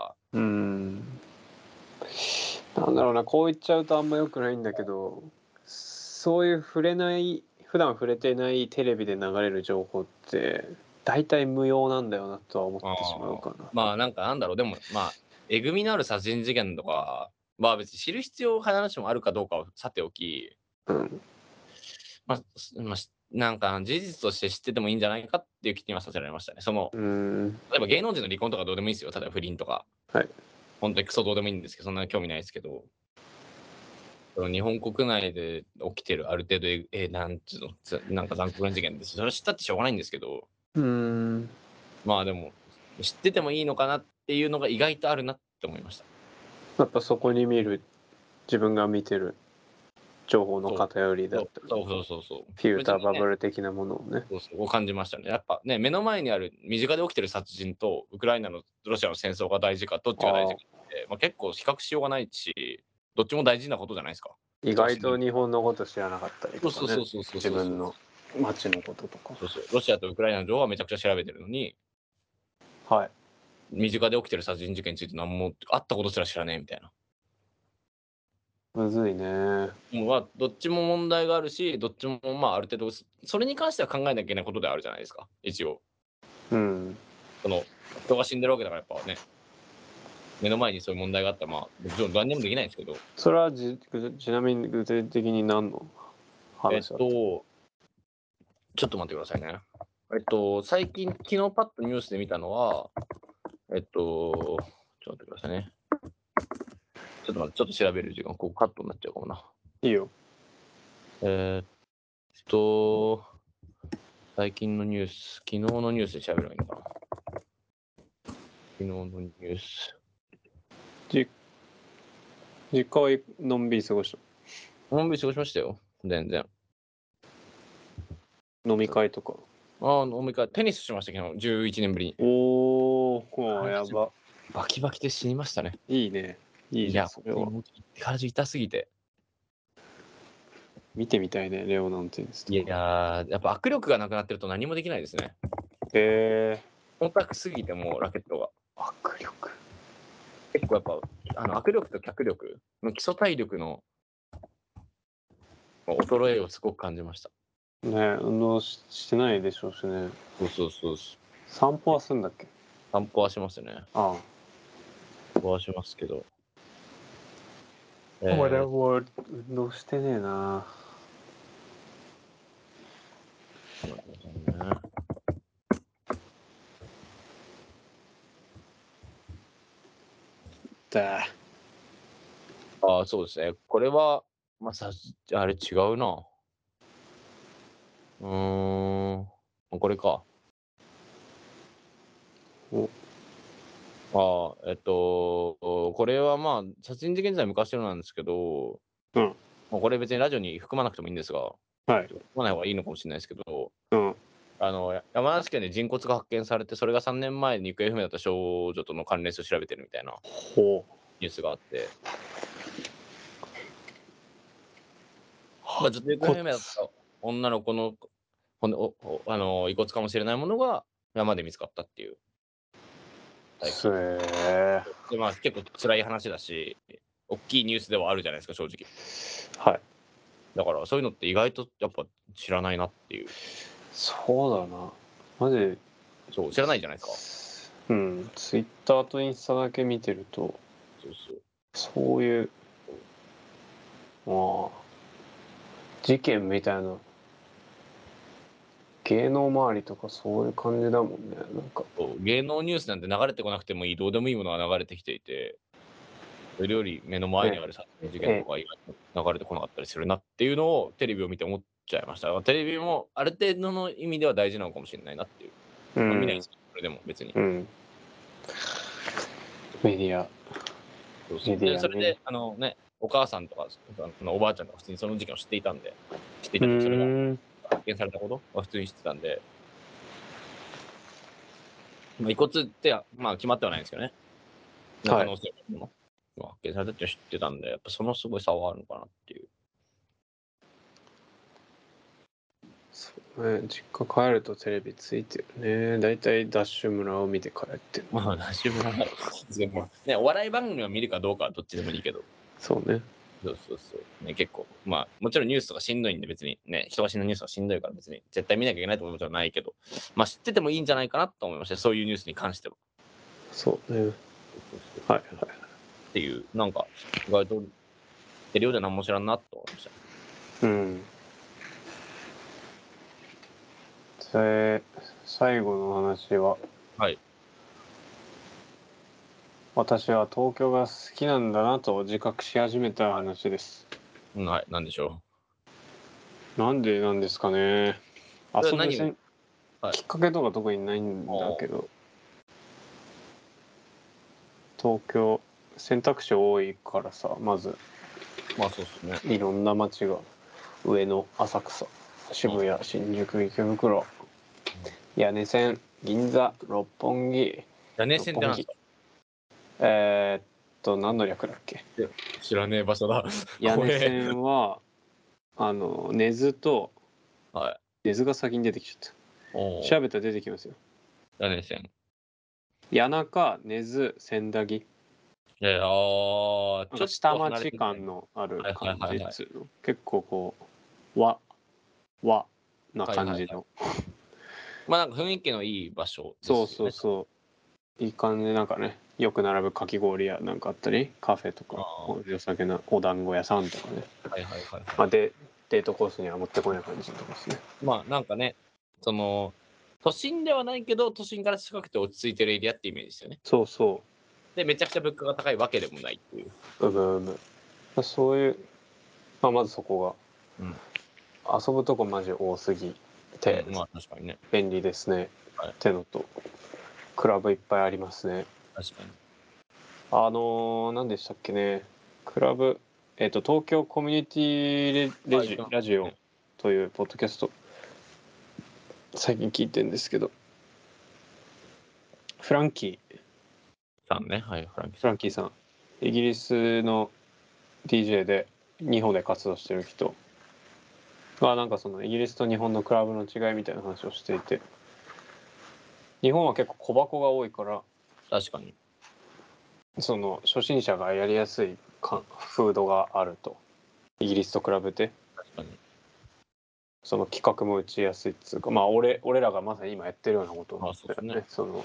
なんだろうなこう言っちゃうとあんま良くないんだけどそういう普段触れてないテレビで流れる情報って大体無用なんだよなとは思ってしまうかな。 まあでもまあ、えぐみのある殺人事件とか、まあ別に知る必要必ずしもあるかどうかはさておき、 うんまあ、なんか事実として知っててもいいんじゃないかっていう気にはさせられましたね。例えば芸能人の離婚とかどうでもいいですよ。例えば不倫とか。 はい本当にクソどうでもいいんですけど、そんな興味ないですけど、その日本国内で起きてるある程度なんつうの、なんか残酷な事件です。それ知ったってしょうがないんですけど、 うーんまあでも、知っててもいいのかなっっていうのが意外とあるなって思いました。 やっぱそこに見る自分が見てる情報の偏りだったり、 そう。 フィルターバブル的なものをね。 そう感じましたね。やっぱね、目の前にある身近で起きてる殺人と、ウクライナのロシアの戦争が大事か、どっちが大事かって、結構比較しようがないし、どっちも大事なことじゃないですか。 意外と日本のこと知らなかったりとかね。 そう。 自分の街のこととか。 ロシアとウクライナの情報はめちゃくちゃ調べてるのに、 はい。 身近で起きてる殺人事件について何もあったことすら知らねえみたいな。 むずいね。 どっちも問題があるし、どっちもある程度、それに関しては考えなきゃいけないことではあるじゃないですか、一応。 うん。 その人が死んでるわけだからやっぱね、目の前にそういう問題があったらもちろん何にもできないんですけど。 それはちなみに具体的に何の話だった？ ちょっと待ってくださいね。最近、昨日パッとニュースで見たのは、ちょっと待ってくださいね。ちょっと調べる時間、ここカットになっちゃうかもな。 いいよ。 最近のニュース、昨日のニュースで調べればいいのかな。昨日のニュース。 実家はのんびり過ごした？ のんびり過ごしましたよ、全然。 飲み会とか。 飲み会、テニスしました、昨日、11年ぶりに。 おー、やば。 バキバキで死にましたね。 いいね。いいじゃん、それは。 体中痛すぎて。 見てみたいね、レオナのテニスとか。 いやー、やっぱ握力がなくなってると何もできないですね。重たくすぎてもラケットが。 握力。 結構やっぱ、握力と脚力の基礎体力の衰えをすごく感じました。 ね、運動してないでしょうしね。 そう。 散歩はすんだっけ？ 散歩はしますね。 ああ。 散歩はしますけど。 俺も運動してねえな。だ。 そうですね。これは、あれ違うな。これか。これは殺人事件自体昔のなんですけど、 うん。 これ別にラジオに含まなくてもいいんですが、 はい。 含まない方がいいのかもしれないですけど、 うん。 山梨県で人骨が発見されて、それが3年前に行方不明だった少女との関連性を調べてるみたいなほう。 ニュースがあって、ずっと行方不明だった女の子の遺骨かもしれないものが山で見つかったっていう。 すえ。 で、結構辛い話だし、大きいニュースではあるじゃないですか、正直。 はい。 だからそういうのって意外とやっぱ知らないなっていう。 そうだな。マジ。 そう、知らないじゃないですか。 うん。ツイッターとインスタだけ見てると、 そう。 そういう、まあ、事件みたいな、芸能周りとかそういう感じだもんね。なんか。 芸能ニュースなんて流れてこなくてもいい、どうでもいいものが流れてきていて、それより目の前にある殺人事件とか意外と流れてこなかったりするなっていうのをテレビを見て思っちゃいました。テレビもある程度の意味では大事なのかもしれないなっていう。見ないですけど、それでも別に。 うん。メディア。 で、それで、お母さんとか、おばあちゃんとか普通にその事件を知っていたんで、知っていたというか、それが発見されたことは普通に知ってたんで、遺骨って、決まってはないんですけどね。可能性も、発見されたって知ってたんで、やっぱそのすごい差はあるのかなっていう。 そうね、実家帰るとテレビついてるね。だいたいダッシュ村を見て帰ってる。 ダッシュ村ね、お笑い番組を見るかどうかはどっちでもいいけど。 そうね。 ね、結構、もちろんニュースとかしんどいんで別にね、人が死ぬニュースはしんどいから別に絶対見なきゃいけないと思うことはないけど、知っててもいいんじゃないかなと思いました。そういうニュースに関しては。 そうね。はい。 っていう、なんか、意外と、てるようで何も知らんなと思いました。 うん。最後の話は、 はい。 私は東京が好きなんだなと自覚し始めた話です。 はい、なんでしょなんでなんですかね。 う。 遊ぶはい、 きっかけとか特にないんだけど、 東京選択肢多いからさ、まずまあそうですね。 いろんな街が上野、浅草、渋谷、新宿、池袋、谷根千、銀座、六本木。 屋根線ってなんですか？ 何の略だっけ？ 知らねえ場所だ。 屋根怖え。 線は根津とはい。 根津が先に出てきちゃった。 おお。 調べたら出てきますよ。 屋根線。 谷中、根津、千駄木。 いやいや、ちょなんかっ下町と離れてる。 感のあるはいはい感はいはい。 じっつうの。結構こう和なはいはいはい。 感じの。 まあなんか雰囲気のいい場所でそうすよね。 そうそう。いい感じ。なんかね、よく並ぶかき氷屋なんかあったり、カフェとか、 ああ、 良さげなお団子屋さんとかね。 はいはいはいはい。 まあデートコースには持ってこない感じのとこですね。 まあなんかね、その、都心ではないけど、都心から近くて落ち着いてるエリアってイメージですよね。 そうそで、めちゃくちゃ物価が高いわけでもないっていう。 う。うむ。そういう、まずそこうん。 が遊ぶとこマジ多すぎてうん、まあ確かにね。 便利ですね。 はい。 ってのと、クラブいっぱいありますね。 確かに。 何でしたっけね。クラブ、東京コミュニティあ、言ってまラジオすね。 というポッドキャスト、最近聞いてるんですけど、フランキー、 さんね。はい、フランキーさん。 フランキーさん、イギリスの DJ で日本で活動してる人が、なんかそのイギリスと日本のクラブの違いみたいな話をしていて、日本は結構小箱が多いから、 確かに。 その初心者がやりやすいフードがあると。イギリスと比べて確かに。 その企画も打ちやすいっつうか、まあ俺らがまさに今やってるようなことまあそうですね。 だよね。その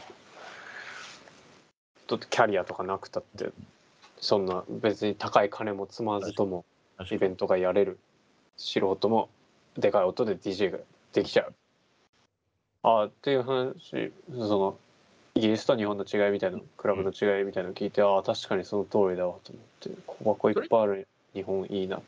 キャリアとかなくたってそんな別に高い金も積まずともイ確かに。 ベントがやれる、素人もでかい音で DJ ができちゃう。っていう話、そのイギリスと日本の違いみたいな、クラブの違いみたいなのを聞いて、確かにその通りだわと思って、小箱いっぱいある日本いいなって。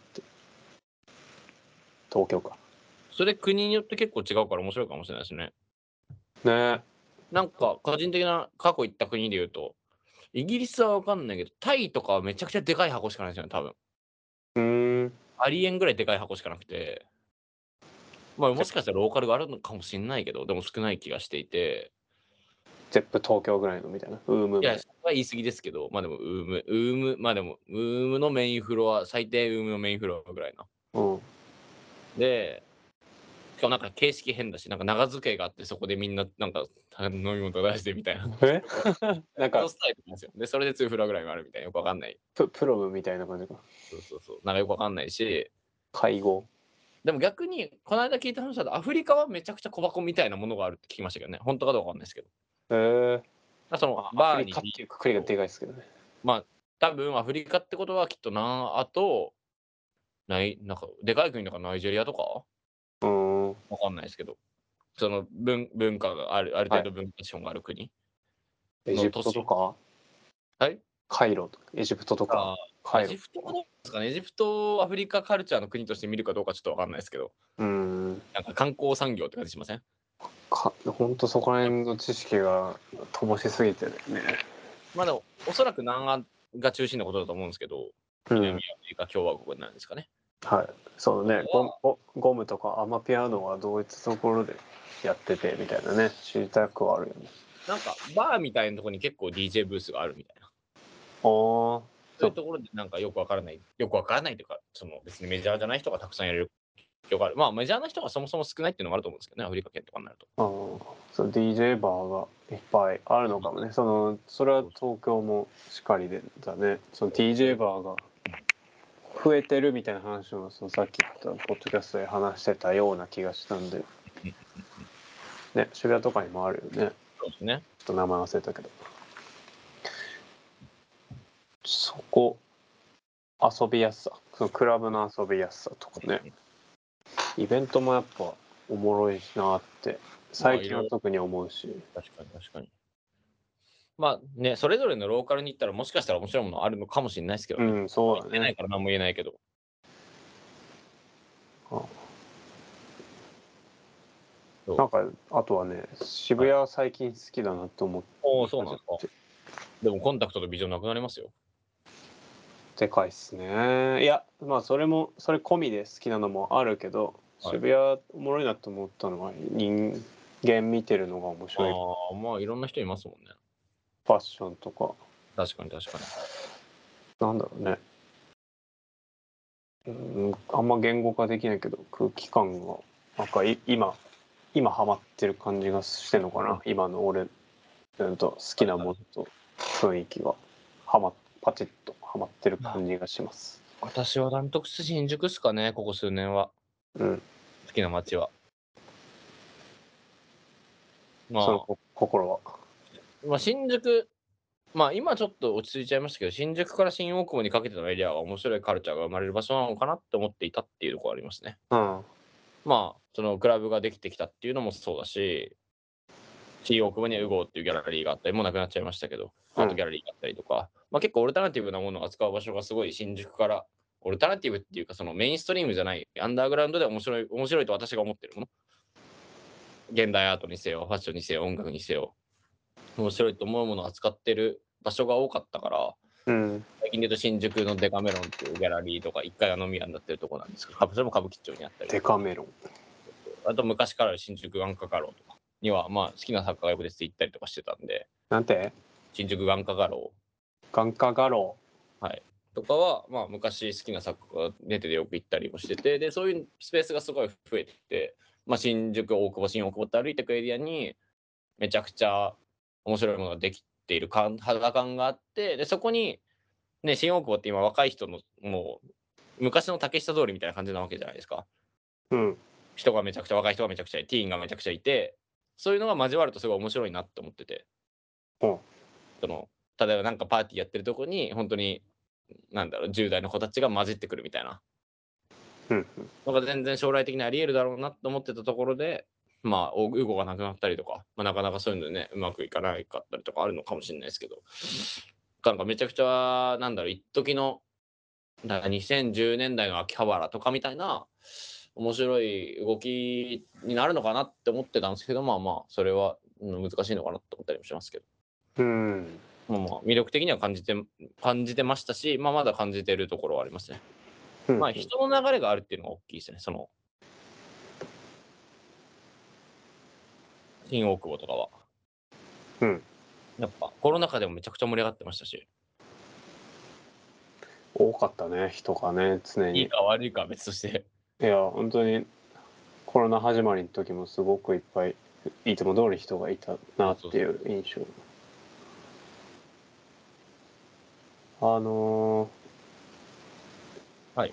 東京かそれ国によって結構違うから面白いかもしれないですね。 ね。 なんか個人的な過去行った国で言うと、イギリスはわかんないけど、タイとかはめちゃくちゃでかい箱しかないですよね、多分。 んありえんぐらいでかい箱しかなくて、まあ、もしかしたらローカルがあるのかもしんないけど、でも少ない気がしていて、 ゼップ東京ぐらいのみたいな、ウームいや、 みたいそれは言い過ぎですけど、ま、でもウームのメインフロア、最低ウームのメインフロアぐらいな。 な。うん。 で、しかもなんか形式変だし、なんか長机があって、そこでみんななんか、飲み物出してみたいな。 えよくわなんかそのスタイルなんですよ。で、それで2フロアぐらいもあるみたいな、よくわかんない。 プロムみたいな感じか。 そうそうそう。なんかよくわかんないし、 会合。 でも逆に、この間聞いた話だと、アフリカはめちゃくちゃ小箱みたいなものがあるって聞きましたけどね。ほんとかどうかわかんないすけど。 えそのアフバーにリカっていうくくりがでかいですけどね。 まあ、多分アフリカってことはきっとあと、なんかでかい国だからナイジェリアとか？ うーん。 わかんないすけど、その文化がある程はい。 度文化資本がある国エジプの都市トとかはい？ カイロとか、エジプトとかカイロ。 エジプトはどうですかね。エジプトをアフリカカルチャーの国として見るかどうかちょっとわかんないすけど、 うーん。 なんか観光産業って感じしません？ ほんとそこら辺の知識が乏しすぎてね。 ま、でも、おそらく南岸が中心のことだと思うんすけど、南アフうん。 リカ共和国なんですかね。 はい。そうね、 とかはゴムとかアマピアノはどういったところでやっててみたいなね、知りたくはあるよね。 なんかバーみたいなとこに結構 DJ ブースがあるみたいな。 ああ、 そういうところでなんかよくわからないというか、その別にメジャーじゃない人がたくさんやれる曲がある。まあ、メジャーな人がそもそも少ないっていうのもあると思うんですけどね、アフリカ圏とかになると。 ああ、そう DJ バーがいっぱいあるのかもね。それはそう東京もしかりでだね。その DJ バーが増えてるみたいな話をさっき言ったポッドキャストで話してたような気がしたんで、 うん、 ね、渋谷とかにもあるよね。 そうですね。 ちょっと名前忘れたけど。そこ、遊びやすさ、そのクラブの遊びやすさとかね、イベントもやっぱおもろいなってまあ、 最近は特に思うし。 確かに確かに。まあ、ね、それぞれのローカルに行ったら、もしかしたら面白いものあるのかもしれないですけどね。 うん、そ行ってなうだね。 いから何も言えないけど。 あそう。 なんかあとはね、渋谷最近好きだなって思いおお、そうなんですか。 始めて、 でもコンタクトとビジョンなくなりますよ。 でかいっすね。いや、まあそれ込みで好きなのもあるけど、 はい渋谷おもろいなと思ったのは人間見てるのが面白い。 ああ、まあいろんな人いますもんね。 ファッションとか、 確かに確かに。 なんだろうね。あんま言語化できないけど空気感がなんか今ハマってる感じがしてんのかな。今の俺と好きなものと雰囲気がパチッとハマってる感じがします。 私はダントツ新宿っすかね、ここ数年は。 うん。 好きな街は。 そのま心は。 まあ新宿、まあ今ちょっと落ち着いちゃいましたけど、新宿から新大久保にかけてのエリアは面白いカルチャーが生まれる場所なのかなって思っていたっていうところありますね。 うん。 まあ、そのクラブができてきたっていうのもそうだし、新大久保にはウゴーっていうギャラリーがあったり、もうなくなっちゃいましたけど、アートギャラリーがあったりとか、まあ結構オルタナティブなものを扱う場所がすごい新宿から、オルタナティブっていうかそのメインストリームじゃない、アンダーグラウンドで面白いと私が思ってるもの。現代アートにせよ、ファッションにせよ、音楽にせよ、面白いと思うものを扱ってる場所が多かったから、 うん。 最近で言うと新宿のデカメロンっていうギャラリーとか、1階は飲み屋になってるとこなんですけど、それも歌舞伎町にあったりとか、 デカメロン。 あと昔からある新宿眼科画廊とかには、まあ好きな作家がよく出て行ったりとかしてたんで、 なんて新宿眼科画廊、 眼科画廊。 はい、とかは、まあ昔好きな作家が出ててよく行ったりもしてて、で、そういうスペースがすごい増えてて、まあ新宿、新大久保って歩いてくエリアに、めちゃくちゃ面白いものができている肌感があって、で、そこに、ね、新大久保って今若い人の、もう、昔の竹下通りみたいな感じなわけじゃないですか。 うん。 若い人がめちゃくちゃいて、ティーンがめちゃくちゃいて、そういうのが交わるとすごい面白いなって思ってて、 ほう。 その、例えばなんかパーティーやってるとこに、本当に、なんだろう、10代の子たちが混じってくるみたいなうん。 のが全然将来的にあり得るだろうなと思ってたところで、まあ、ウーゴがなくなったりとか、まあ、なかなかそういうのでね、うまくいかないかったりとかあるのかもしれないですけど、なんかめちゃくちゃ、なんだろう、一時の、2010年代の秋葉原とかみたいな、面白い動きになるのかなって思ってたんですけど、まあまあ、それは、難しいのかなと思ったりもしますけど。 うん。 まあまあ、魅力的には感じてましたし、まあまだ感じてるところはありますね。 うん。 まあ人の流れがあるっていうのが大きいですね。その、新大久保とかは。 うん。 やっぱコロナ禍でもめちゃくちゃ盛り上がってましたし、 多かったね、人がね、常に。 いいか悪いかは別として。 いや、本当にコロナ始まりの時もすごくいっぱい、いつも通り人がいたなっていう印象。あのはい。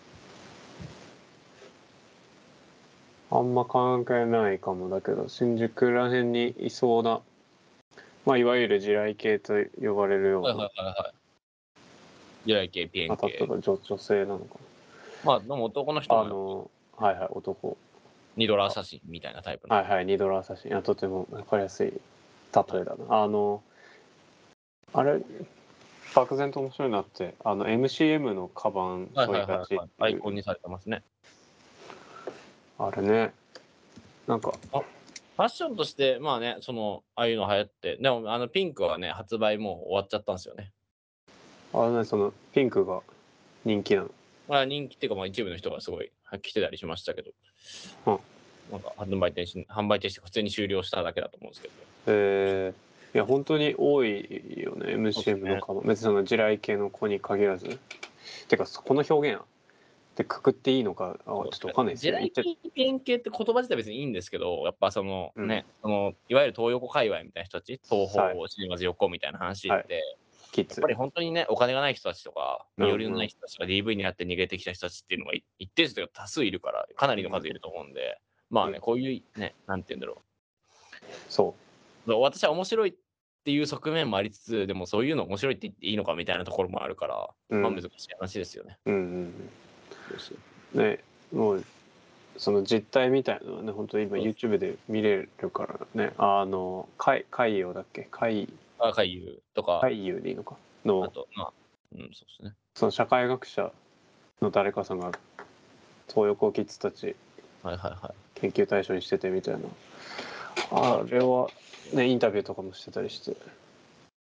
あんま関係ないかもだけど、新宿ら辺にいそうな、まあ、いわゆる地雷系と呼ばれるよはいうな、 はいはいはい。地雷系、ピエンまあ、例え系。 ば女性なのかまあ、でも男の人な。 もやっぱはいはい、男。 ニドラー写真みたいなタイプの。 はいはい、ニドラー写真。いや、とても分かりやすい例はい。 えだな。あれ、漠然と面白いなって、MCM のカバンはいそういう感じっはいはいはい。 ていう、 アイコンにされてますね。 あれね、なんか、 あ、ファッションとして、まあね、その、ああいうの流行って、でもピンクはね、発売もう終わっちゃったんですよね。 あれね、その、ピンクが人気なの。 まあ人気っていうか、まあ一部の人がすごい来てたりしましたけど、 うん。 なんか販売停止普通に終了しただけだと思うんですけど。 いや、本当に多いよね、 そうです MCM のね。 カバン。別にその地雷系の子に限らず。てか、この表現でくくっていいのか、ちょっとわかんないですけど、 地雷系、ピン系って言葉自体別にいいんですけど、やっぱそのうん。 ね、そのいわゆる東横界隈みたいな人たち、東はい。 宝、新松横みたいな話っはい。 て、 キッズ。 やっぱり本当にね、お金がない人たちとか、身寄りのうんうん。 ない人たちが DV にあって逃げてきた人たちっていうのが一定数が多数いるから、かなりの数いると思うんで、まうん。 あね、こういうね、なんて言うんだろそう。私は面白いっていう側面もありつつ、でもそういうの面白いって言っていいのかみたいなところもあるから、 う。うん。 まあ難しい話ですよね。 うんうんそうそう。 うん。ね、もう、その実態みたいなのはね、本当に今そうそう。 YouTube で見れるからね、海洋だっけ回遊とか、 海遊でいいのかの、 あと、まあ、うん、そうですね。 その社会学者の誰かさんが東横キッズたちはいはいはい。 研究対象にしててみたいな、 まあ、 あれはね、インタビューとかもしてたりして、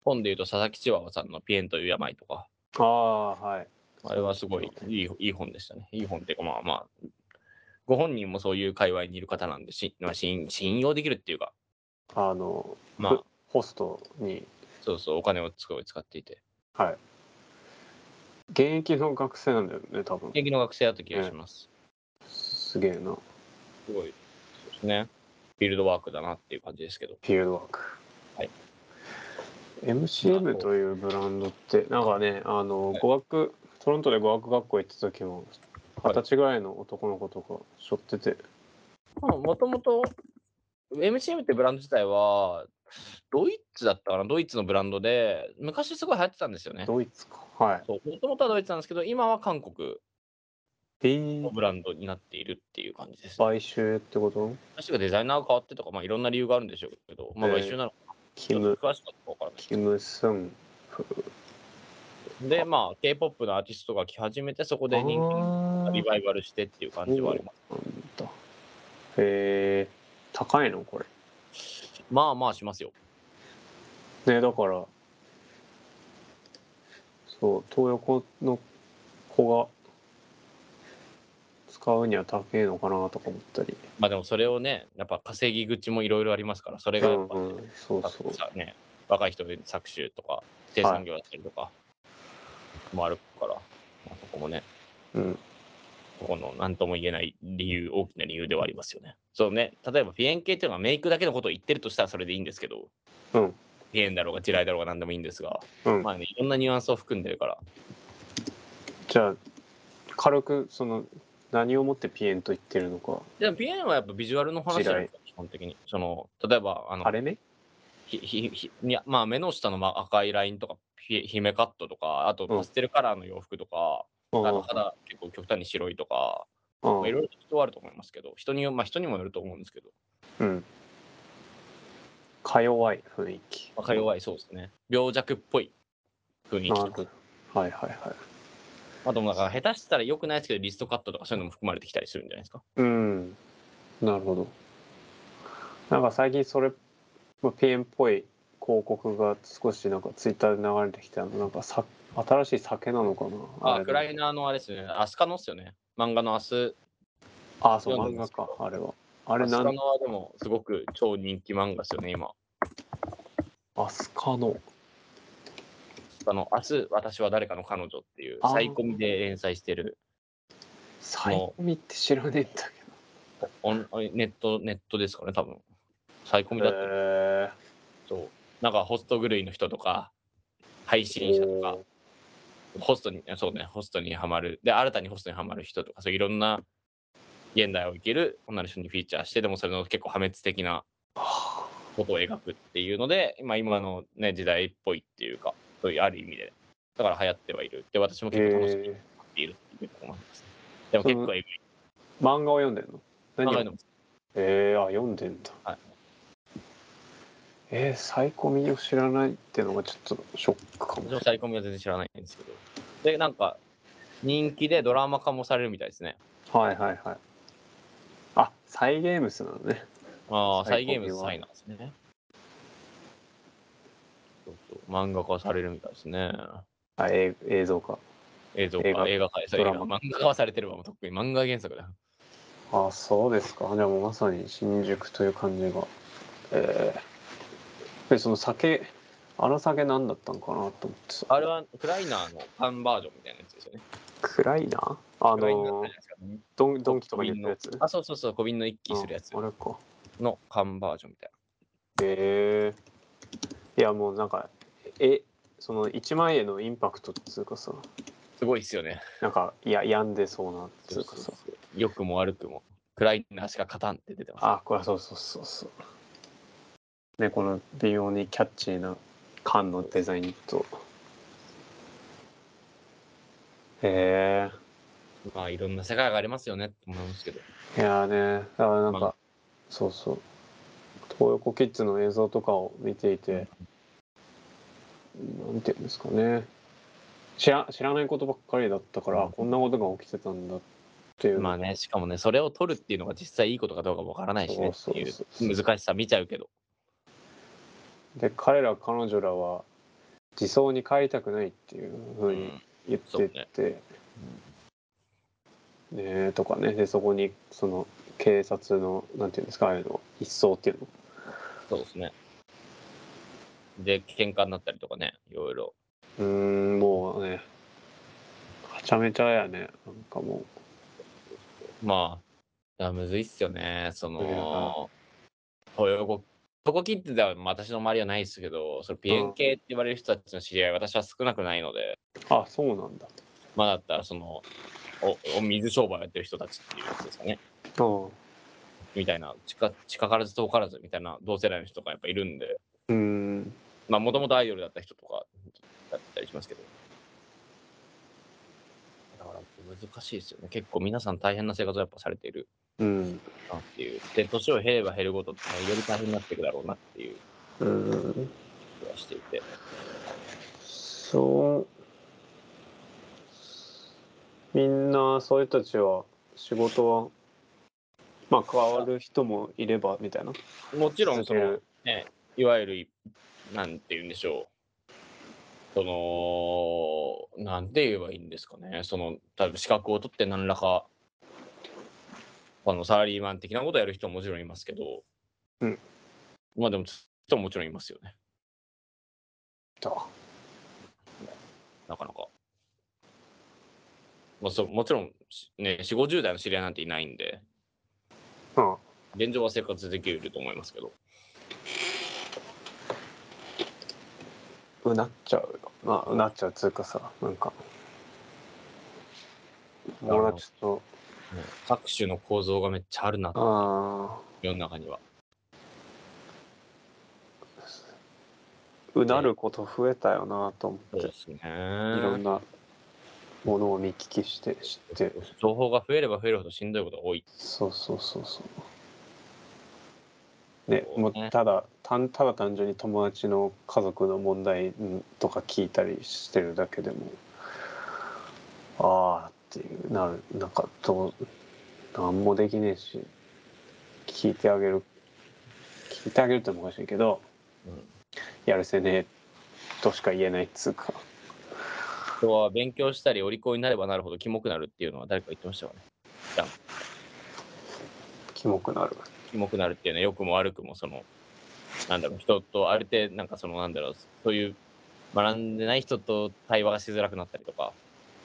本でいうと佐々木チワワさんのピエンという病とか、 ああ、はい。 あれはすごいいい本でしたね。いい本っていうか、まあまあ、ご本人もそういう界隈にいる方なんで、まあ、信用できるっていうか、 ままあ、 ホストに、 そうそう、お金をすごい使っていて、 はい。現役の学生なんだよね、多分。 現役の学生だった気がしね、 ます。 すげえな。 すごい、そうですね。フィールドワークだなっていう感じですけど。 フィールドワーク。 はい。 MCM というブランドって、なんかね、語学、トロントで語学学校行った時も、20歳ぐらいの男の子とか背負ってて。 もともと MCM ってブランド自体は、ドイツだったかな、ドイツのブランドで、昔すごい流行ってたんですよね。 ドイツか。はい。 そう、もともとはドイツなんですけど、今は韓国のえー、 ブランドになっているっていう感じですね。 買収ってこと？ 確かデザイナーが変わってとか、まあいろんな理由があるんでしょうけど、まあ買収なのかな。ちょっとキム、 詳しくはわからないですけキム・スンフ。 ど。で、まあ K-POP のアーティストが来始めて、そこあで人気リー、 バイバルしてっていう感じはあります。 そうなんだ。へえ、高いのこれ。 まあまあしますよ。 ね、だから、そう、東横の子が使うには高いのかなとか思ったり。 まあでもそれをね、やっぱ稼ぎ口もいろいろありますから、それうがやっぱね、 んうん、そうそう。 ね、若い人で搾取とか、生は産業だったりとかもあるから、まあ、そこもね、 い。うん。 そこの何とも言えない理由、大きな理由ではありますよね。そうね、例えばピエン系っていうのはメイクだけのことを言ってるとしたらそれでいいんですけど、 うん。 ピエンだろうが地雷だろうが何でもいいんですが、 うん。 まあね、いろんなニュアンスを含んでるから、 じゃあ、軽く、何をもってピエンと言ってるのか、 でもピエンはやっぱビジュアルの地雷。 話じゃないですか、基本的に。例えば、 あれね。 いや、まあ、目の下の赤いラインとか、姫カットとか、あとうん。 パステルカラーの洋服とか、 うん。 肌結構極端に白いとか、まあ、いうん。 ろいろ特徴はあると思いますけど、人にもよると思うんですけど、 うん。か弱い雰囲気まあ、か弱い、そうですね。病弱っぽい雰囲気とか。 なるほど。はいはいはい。 あともだから下手したら良くないですけど、リストカットとかそういうのも含まれてきたりするんじゃないですか。 うん。なるほど。なんか最近それ、ピエンっぽい広告が少しなんかツイッターで流れてきて、なんか新しい酒なのかなあれなんか。 クライナーのあれですね、アスカノっすよね。漫画のアスあ、そう、 読んで漫画か、 ますけど、 あれは。あれアスカノはでもすごく超人気漫画ですよね、今。 アスカの。 明日私は誰かの彼女っていうあー、 サイコミで連載してるサイの、 コミって知らねえんだけネットですかね、多分。サイコミど。 だったり、そう。なんかホスト狂いの人とか、配信者とか、 おー。 ホストにはまる。で、新たにホストにはまる人とか、そういういろんな現代を生きる女の人にフィーチャーして、でもそれの結構破滅的なはことを描くっていうので、今のね、時代っぽいっていうか、そういうある意味で。だから流行ってはいる。で、私もあ。 結構楽しみになっているっていうところもありますね。でもその結構えぐい。 漫画を読んでんの？何を？ 考えてます。 あ、読んでんだ。 はい。 サイコミを知らないっていうのがちょっとショックかも私もしれサイコミは全然知らないんですけど。で、なんか、人気でドラマ化もされるみたいですね。 ない。はいはいはい。あ、サイゲームスなのね。 ああ、 サイサイコミは。 ゲームズサイなんですね。そうそう、漫画化されるみたいですね。 あ、映像か。 映画化、そう、 ドラマ。 漫画化はされてるわ、もうとっくに漫画原作だ。 あ、そうですか。じゃあもうまさに新宿という感じが。で、その酒、あの酒何だったのかなと思ってさ。 あれはクライナーの缶バージョンみたいなやつですよね。 暗いな。 クライナーってあるじゃないですか。 ドンキとかに売っ小瓶の、 たやつ。 あ、そうそうそう、小瓶の一気うん、 するやつあれか。 の缶バージョンみたいな。 えいやもうなんか、え、その1万円のインパクトっつうかさ、 すごいっすよね。 なんか、病んでそうなっそうつうかさ。 そうそう。良くも悪くも。クライナーしか勝たんって出てますかあ、これそうそうそうそう。ね、この微妙にキャッチーな缶のら。 デザインと。へまあ、いろんな世界がありますよねって思いますけど。 いやね、だからなんまあ、 か、そうそう。東横キッズの映像とかを見ていて、なんていうんですかね。知らないことばっかりだったから、こんなことが起きてたんだっていうの。 まあね、しかもね、それを取るっていうのが実際いいことかどうかもわからないしねそうそうっていうそうそう。 難しさ見ちゃうけど。 で、彼女らは、 自走に帰りたくないっていうふうに言ってて、ねとかね、でそこにその警察のなんていうんですか、ああいうの一掃っていうの、 そうですね。で喧嘩になったりとかね、いろいろ。 もうね、はちゃめちゃやね、なんかもまあ、むずいっすよね。そう、いや、 の、そこ切ってた私の周りはないですけど、そのピエン系って言われる人たちの知り合い、私は少なくないので、 あ、そうなんだ。 まあだったらその、水商売をやってる人たちっていうやつですかね。 あみたいな、近からず遠からずみたいな同世代の人がやっぱいるんで、まあもともとアイドルだった人とかだったりしますけど。だから難しいですよね。結構皆さん大変な生活をやっぱされているうん、 なっていう。で、年を経れば減るごと、より大変になっていくだろうなっていううん、 気はしていて。 そう、みんなそういう人たちは仕事はまあ変わる人もいればみたいな、 もちろんその、 続ける。 ね、いわゆる、なんて言うんでしょう。その、なんて言えばいいんですかね。その、多分資格を取って何らか、サラリーマン的なことをやる人ももちろんいますけど、 うん。 まあでも、人ももちろんいますよね。 だ。 なかなか。まあ、もちろん、ね、4、50代の知り合いなんていないんで、 うん。 現状は生活できると思いますけど。 うなっちゃうよ。まあうなっちゃうつうかさ、なんか友達と、 ね、各種の構造がめっちゃあるなっていう、 あ世の中には。 うなで、 ること増えたよなと思って、 そうですね。 いろんなものを見聞きして知って、 情報が増えれば増えるほどしんどいことが多い。 そうそうそうそうね、もうそうね。 ただ単純に友達の家族の問題とか聞いたりしてるだけでも、ああっていうなる、なんかなんもできねえし、聞いてあげるってもおかしいけど、 うん。 やるせねえとしか言えないっつうか。 人は勉強したり、お利口になればなるほどキモくなるっていうのは誰か言ってましたよね。じゃん。 キモくなる。 キモくなるっていうのは良くも悪くも、その、なんだろう、人とある程度、なんかその、なんだろう、そういう学んでない人と対話がしづらくなったりとか、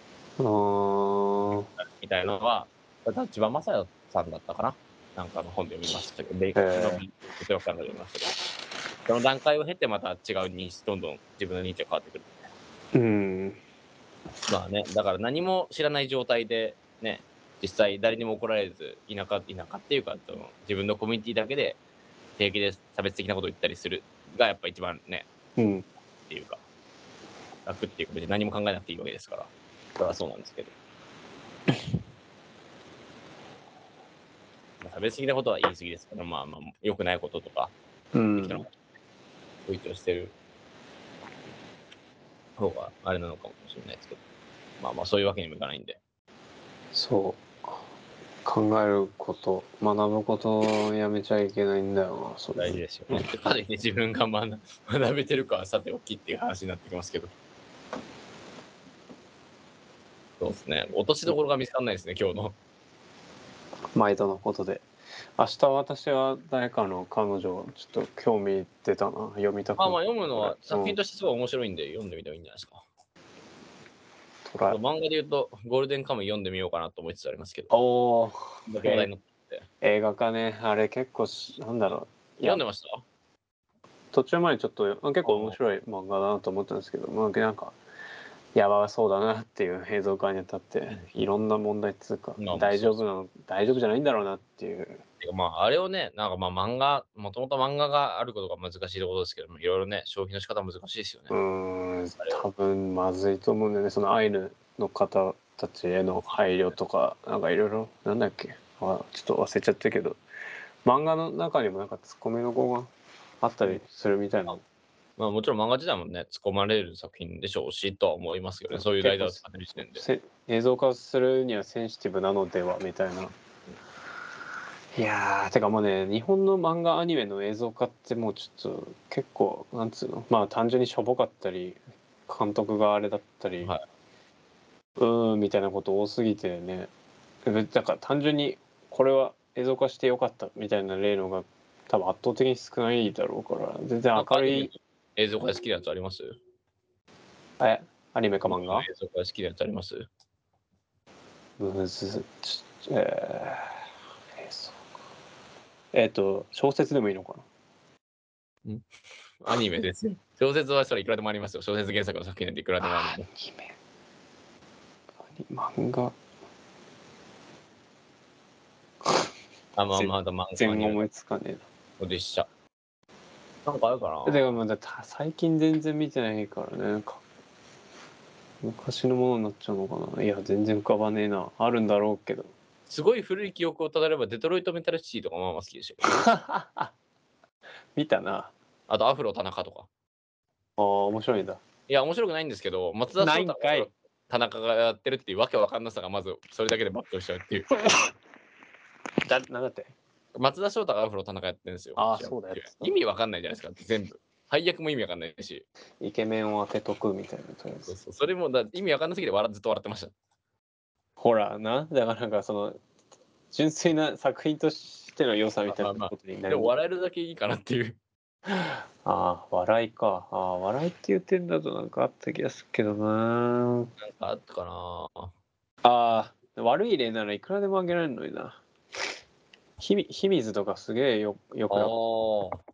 みたいなのは、千葉雅也さんだったかな。なんかの本で読みましたけど、米国のえ哲学者が読みましたけど、その段階を経てまた違う認識、どんどん自分の認知が変わってくるみたいな。まあね、だから何も知らない状態で、ね、実際誰にも怒られず、田舎っていうか、その自分のコミュニティだけで平気で差別的なことを言ったりするがやっぱ一番ね、っていうか、楽っていうか別に何も考えなくていいわけですから。それはそうなんですけど。まあ、差別的なことは言い過ぎですけど、まあまあ、良くないこととか、適当なことを強調してる方があれなのかもしれないですけど。まあまあ、そういうわけにもいかないんで。 そう考えること学ぶことをやめちゃいけないんだよな、それ。 大事ですよね。かといって自分が学べてるかはさておきっていう話になってきますけど。そうですね。落としどころが見つかんないですね、今日の。 毎度のことで、明日私は誰かの彼女をちょっと興味出たな、読みたくなっまあまあ、読むのた。 は作品としてすごい面白いんで、読んでみてもいいんじゃないですか。あと漫画で言うと、ゴールデンカムイ読んでみようかなと思いつつありますけど。 おお、 だけ話題になってて。 映画化ね、あれ結構なんだろう、いや読んでました？ 途中までちょっと結構面あ白い漫画だなと思ったんですけど、まあなんかやばそうだなっていう映像化にあたっていろんな問題っつうか、 まあまあ、そうです。 大丈夫じゃないんだろうなっていう。 てかまあ、あれをね、なんかまあもともと漫画があることが難しいところですけども、いろいろね、消費の仕方難しいですよね。あれを。 多分まずいと思うんだよね、そのアイヌの方たちへの配慮とか、なんかいろいろなんだっけ、ちょっと忘れちゃったけど、漫画の中にもなんかツッコミの子があったりするみたいな。 まあもちろん漫画自体もね、突っ込まれる作品でしょうし、とは思いますけどね、そういう題結構材を使ってる時点で。 映像化するにはセンシティブなのではみたいな。いやー、てかもうね、日本の漫画アニメの映像化ってもうちょっと結構なんつうの、まあ単純にしょぼかったり監督があれだったり、 はい、 みたいなこと多すぎてね。だから単純にこれは映像化してよかったみたいな例のが多分圧倒的に少ないだろうから、全然なんかアニメの明るい映像化で好きなやつあります？ アニメか漫画映像化で好きなやつあります？ むずちそうか。小説でもいいのかな。 アニメですよ。小説はそれいくらでもありますよ。小説原作の作品なんていくらでもあるんで。 漫画まだ全然アニメ思いつかねの実写。なんかあるかえな。 な？ もう最近全然見てないからね。昔のものになっちゃうのかな。いや全然浮かばねえな。あるんだろうけど。 すごい古い記憶をたどればデトロイトメタルシティとかまあまあ好きでしたけど。 見たな。 あとアフロ田中とか。 面白いんだ。 いや、面白くないんですけど、松田翔太がないんかい。 田中がやってるっていうわけわかんなさがまずそれだけで爆笑しちゃうっていう。 なんだって。 松田翔太がアフロ田中やってるんですよ。 そうだやつ。 意味わかんないじゃないですか、全部。配役も意味わかんないし。 イケメンを当てとくみたいなとりあえず。 そうそう、それも意味わかんなすぎてずっと笑ってました。 ほらな。だからなんかその純粋な作品としての良さみたいなことになでる。 も笑えるだけいいかなっていう。 笑いか。笑いっていう点だとなんかあった気がするけどな。 なんかあったかな。 悪い例ならいくらでもあげられるのにな。秘密とかすげえよくなかった。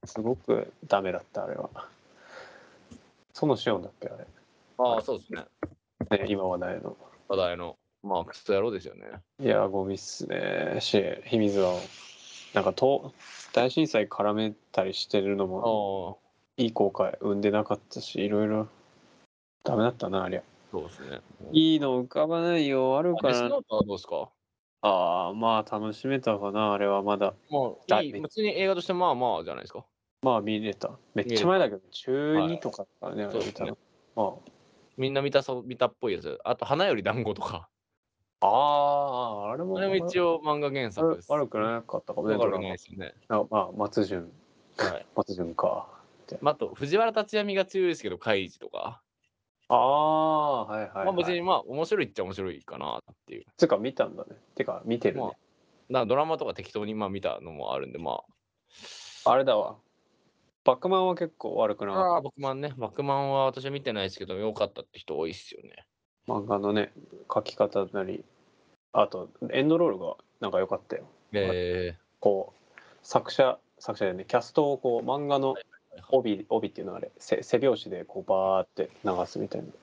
すごくダメだったあれは。園志音だっけあれ。 そうですね。 ね、今話題の。 話題の、まあ、クソ野郎ですよね。 いやゴミっすね。秘密はなんか大震災絡めたりしてるのもいい効果生んでなかったし、いろいろダメだったなありゃ。 そうですね。 いいの浮かばないよ。あるかデスな。 ノートはどうですか？ まあ楽しめたかなあれはまだ。 普通に映画としてまあまあじゃないですか。 まあ見れた。めっ見れた。 ちゃ前だけど、中はい。 2とかだね、あれそうですね。 見たの。まみんな見たっぽいやつ。あと、花より団子とか。 あれあれもも、 一応漫画原作です。 悪くなかったかもね、 悪くドラマ。 ないですよね。 松はい。 潤か。 あと、藤原竜也味が強いですけど、カイジとか。 はいはいまあ別はい。 にまあ面白いっちゃ面白いかなっていう。 つうか見たんだね。てか見てるまあ、 ね。 ドラマとか適当にまあ見たのもあるんで、まあれだわ。バックマンは結構悪くなかっバクマンね。バクマンは私は見てないですけど、良かったって人多いっすよね。 た。漫画のね、書き方なり、あとエンドロールがなんか良かったよ。 えこう作者でね、キャストをこう漫画の帯っていうのはあれ背拍子でこうバーって流すみたいな。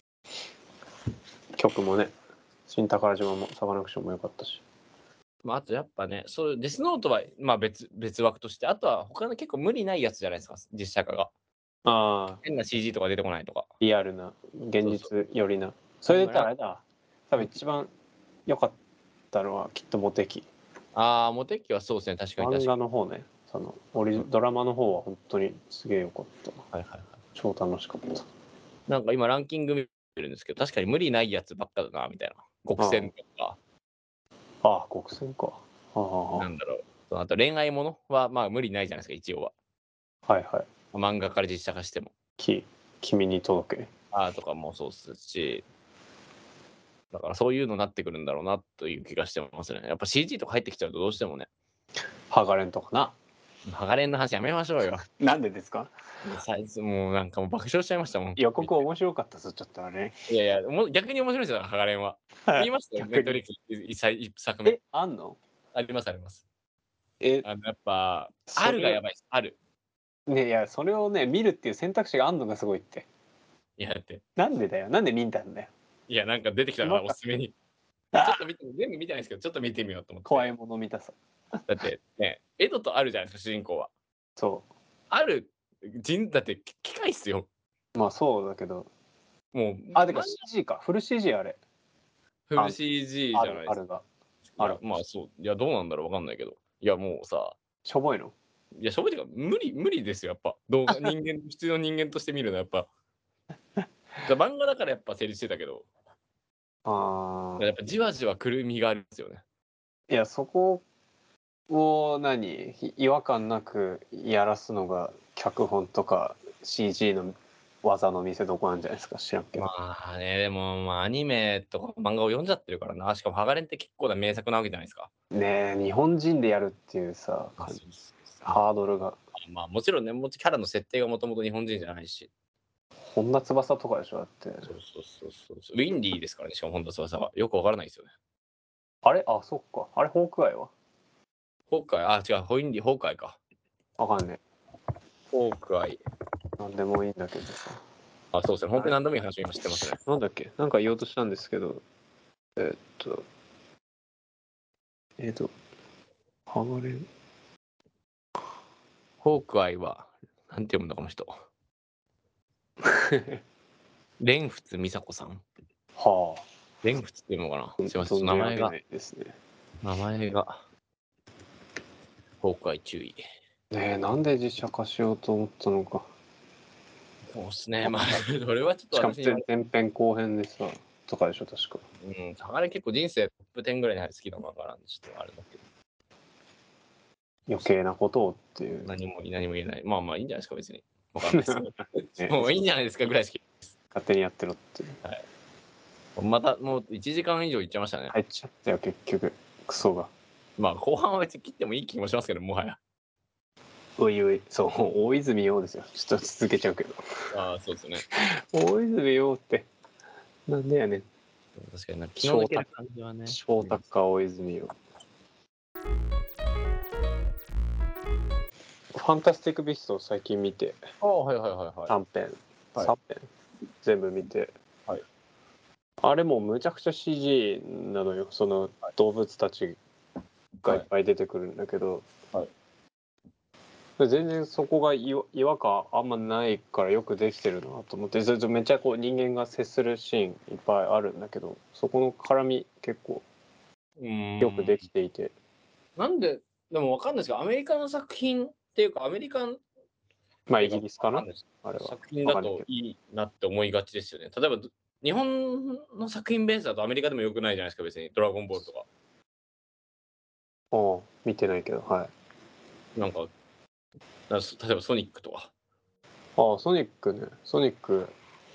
曲もね、新宝島もサカナクションも良かったし。 まあ、あとやっぱね、そういうデスノートは、まあ別枠として、あとは他の結構無理ないやつじゃないですか、実写化が。変な CG とか出てこないとか。 リアルな現そうそう。 実寄りな。それで言ったらあれだ。多分一番良かったのはきっとモテキ。 モテ期はそうですね、確かに漫確かに。 画の方ね。ドラマの方は本当にすげえ良かった。 はいはいはい。 超楽しかった。 なんか今ランキング見てるんですけど、確かに無理ないやつばっかだな、みたいな。極戦とか、 極戦か。はなんだろう。あと恋愛ものはまあ無理ないじゃないですか、一応は。 いはい。 漫画から実写化しても。 君に届け。 とかもそうですし、だからそういうのになってくるんだろうなという気がしてますね。やっぱ CG とか入ってきちゃうとどうしてもね、 ハガレンとかな。 ハガレンの話やめましょうよ。 なんでですか？ もうなんかもう爆笑しちゃいましたもん。 予告面白かったぞ、ちょっとあれ。 いやいや、逆に面白いですよ、ハガレンは。見ましたよ、ネットリックス一作目。 あんの？ ありますあります。 え、 やっぱ、 それ、 がやばいです。 ね、いや、それをね、見るっていう選択肢があんのがすごいって。 いや、だって、 なんでだよ。なんで見たんだよ。 いや、なんか出てきたからおすすめに。ちょっと見て、全部見てないですけど、ちょっと見てみようと思って。 怖いもの見たさ。 だってね、エドとあるじゃないですか、主人公は。 そだって機械っすよ。 う。まあそうだけど。 もう、 てか CG か。フル CG あれ。 フル CG じゃないですか。 あるが。 いや、まあそう。いや、どうなんだろう、わかんないけど。いや、もうさ、 しょぼいの？ いや、正直無理ですよ、やっぱ。普通の人間として見るのはやっぱ。漫画だからやっぱ成立してたけど、 ああ。 やっぱじわじわくるみがあるんですよね。 いや、そこを違和感なくやらすのが脚本とか CG の技の見せ所なんじゃないですか、知らんけど。 まあね、でも、まあ、アニメとか漫画を読んじゃってるからな。しかも、ハガレンって結構な名作なわけじゃないですか。 ねえ、日本人でやるっていうさ、ハードルが。 まあ、もちろんね、キャラの設定がもともと日本人じゃないし。 本田翼とかでしょ、だって。 そう。ウィンディーですからね、しかも本田翼が。よくわからないですよね。 あれあ、そっか。あれ、ホークアイはホークアイ、あ、違う、ホークアイか。 わかんねホークアイ。 え。なんでもいいんだけどさ。 あ、そうですね。本当に何度もいい話今知ってますね。 なんだっけなんか言おうとしたんですけど、えっと、ハガレン。 ホークアイは、なんて読むんだ、この人。蓮仏美佐子さん。 はあ。 蓮仏っていうのかな。すいません、 存じ上げないですね。 名前が。ホークアイ注意。 ねえ、なんで実写化しようと思ったのか。 そうですね。まあ、それはちょっとしかも私には。 前編後編でさ、とかでしょ、確か。 あれ結構人生トップ10ぐらいに入る好きな漫画なんで、ちょっとあれだけど。 余計なことをっていう。 何も言えない。まあいいんじゃないですか、別に。わかんないですけど。 ねもういいんじゃないですかぐらい好き。 勝手にやってろっていう。 はい。またもう1時間以上いっちゃいましたね。 入っちゃったよ、結局。クソが。 まあ後半は別に切ってもいい気もしますけど、もはや。 ういうい、そう、大泉洋ですよ。ちょっと続けちゃうけど。 ああ、そうですね。 大泉洋って、なんでやねん。 確かにな、気の抜ける感じはね。 翔太か大泉洋。ファンタスティック・ビーストを最近見て、 ああ、はい。 3編、 はい 3編全部見て、 はいあれもむちゃくちゃ CG なのよ。その動物たちがいっぱい出てくるんだけど、 はい全然そこが違和感あんまないからよくできてるなと思って、それとめっちゃこう人間が接するシーンいっぱいあるんだけど、そこの絡み結構よくできていて。 なんで、でもわかんないですけど、アメリカの作品っていうか、アメリカンまあイギリスかな、 わんないですあれは。 作品だといいなって思いがちですよね。例えば、日本の作品ベースだとアメリカでもよくないじゃないですか、別に。ドラゴンボールとか。 ああ、見てないけど、はい。 なんか、例えばソニックとか。 ああ、ソニックね。ソニック。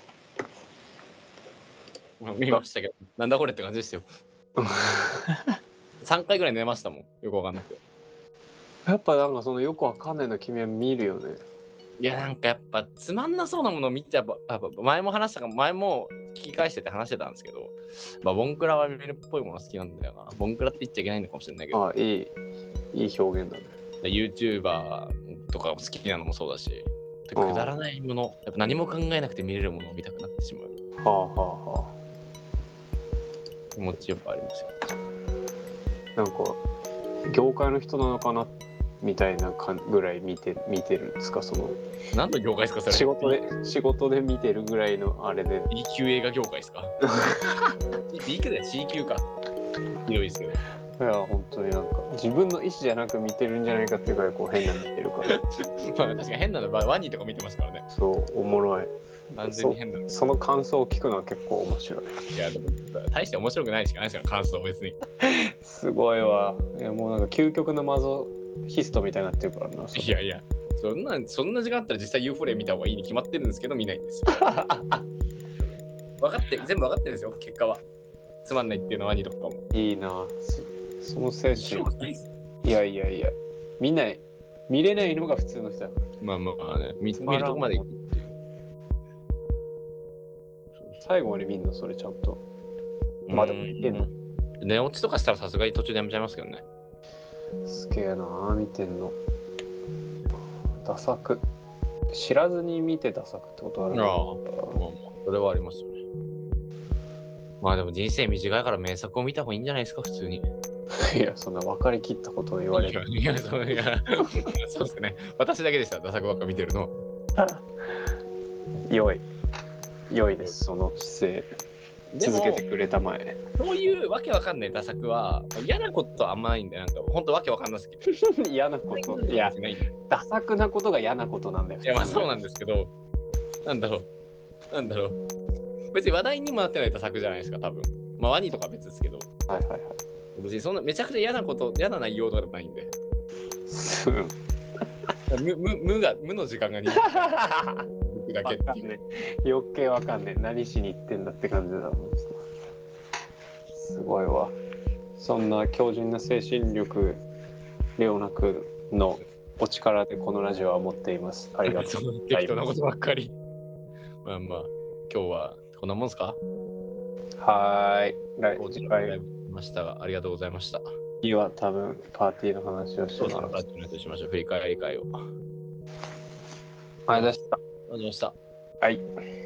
見ましたけど、なんだこれって感じですよ。3回ぐらい寝ましたもん。よくわかんなくて。 やっぱなんかそのよくわかんないの君は見るよね。 いや、なんかやっぱつまんなそうなものを見て、やっぱ前も聞き返してて話してたんですけど、ボンクラは見るっぽいもの好きなんだよな。ボンクラって言っちゃいけないのかもしれないけど、 ああ、いい表現だね。 YouTuber とか好きなのもそうだし、くだらないもの、やっぱ何も考えなくて見れるものを見たくなってしまう。 はあ。 気持ちよくありますよ。 なんか業界の人なのかなみたいなぐらい見てるんですか、その何の業界ですかそれ。 仕事で見てるぐらいのあれで。 B 級映画業界ですかB 級だよ、C 級か。ひどいですけど。 いや本当になんか自分の意思じゃなく見てるんじゃないかっていうぐらいこう変な見てるから。 まあ確かに変なの、ワニとか見てますからね。 そうおもろい。 完全に変なの。 その感想を聞くのは結構面白い。 いやでも大して面白くないしかないですから、感想は別に。 すごいわ。いやもうなんか究極のマゾヒストみたいになってるからな。 いやそんな時間あったら実際ユーフォレ見た方がいいに決まってるんですけど見ないんですよ。全部分かってるんですよ、結果は。つまんないっていうのはワニとかも。 いいなその精神。いや見れないのが普通の人だから。 まあね、見るとこまで行くっていう。 最後まで見んのそれちゃんと。まあでも見てんの。 寝落ちとかしたらさすがに途中でやめちゃいますけどね。 すげえな見てんの。ダ作。知らずに見てダ作ってことあるの？ ああ、それはありますよね。まあでも人生短いから名作を見た方がいいんじゃないですか、普通に。 いや、そんな分かりきったことを言われる。 いやそうですね。私だけでした、ダ作ばっか見てるの。 良いです、その姿勢。続けてくれたまえ。 そういうわけわかんないダ作は嫌なことはあんまないんで、なんか本当わけわかんなすぎて。 嫌なこと。いや、ダ作なことが嫌なことなんだよ。 いや、まあそうなんですけど、なんだろう。別に話題にもなってないダ作じゃないですか、多分。まあワニとか別ですけど。 はい。 別にそんなめちゃくちゃ嫌な内容とかでもないんで。無の時間がくだけっていう。 余計わかんねえ。何しに行ってんだって感じだもん。すごいわ。そんな強靭な精神力、レオナ君のお力でこのラジオは持っています。ありがとうございます。 適当なことばっかり。まあまあ、今日はこんなもんすか？ はーい。次回ましたが、ありがとうございました。 次は多分パーティーの話をしそうですね、 ます。 パーティーの話をしましょう。振り返り会を。 ありがとうございました。 ありがとうございました。 はい。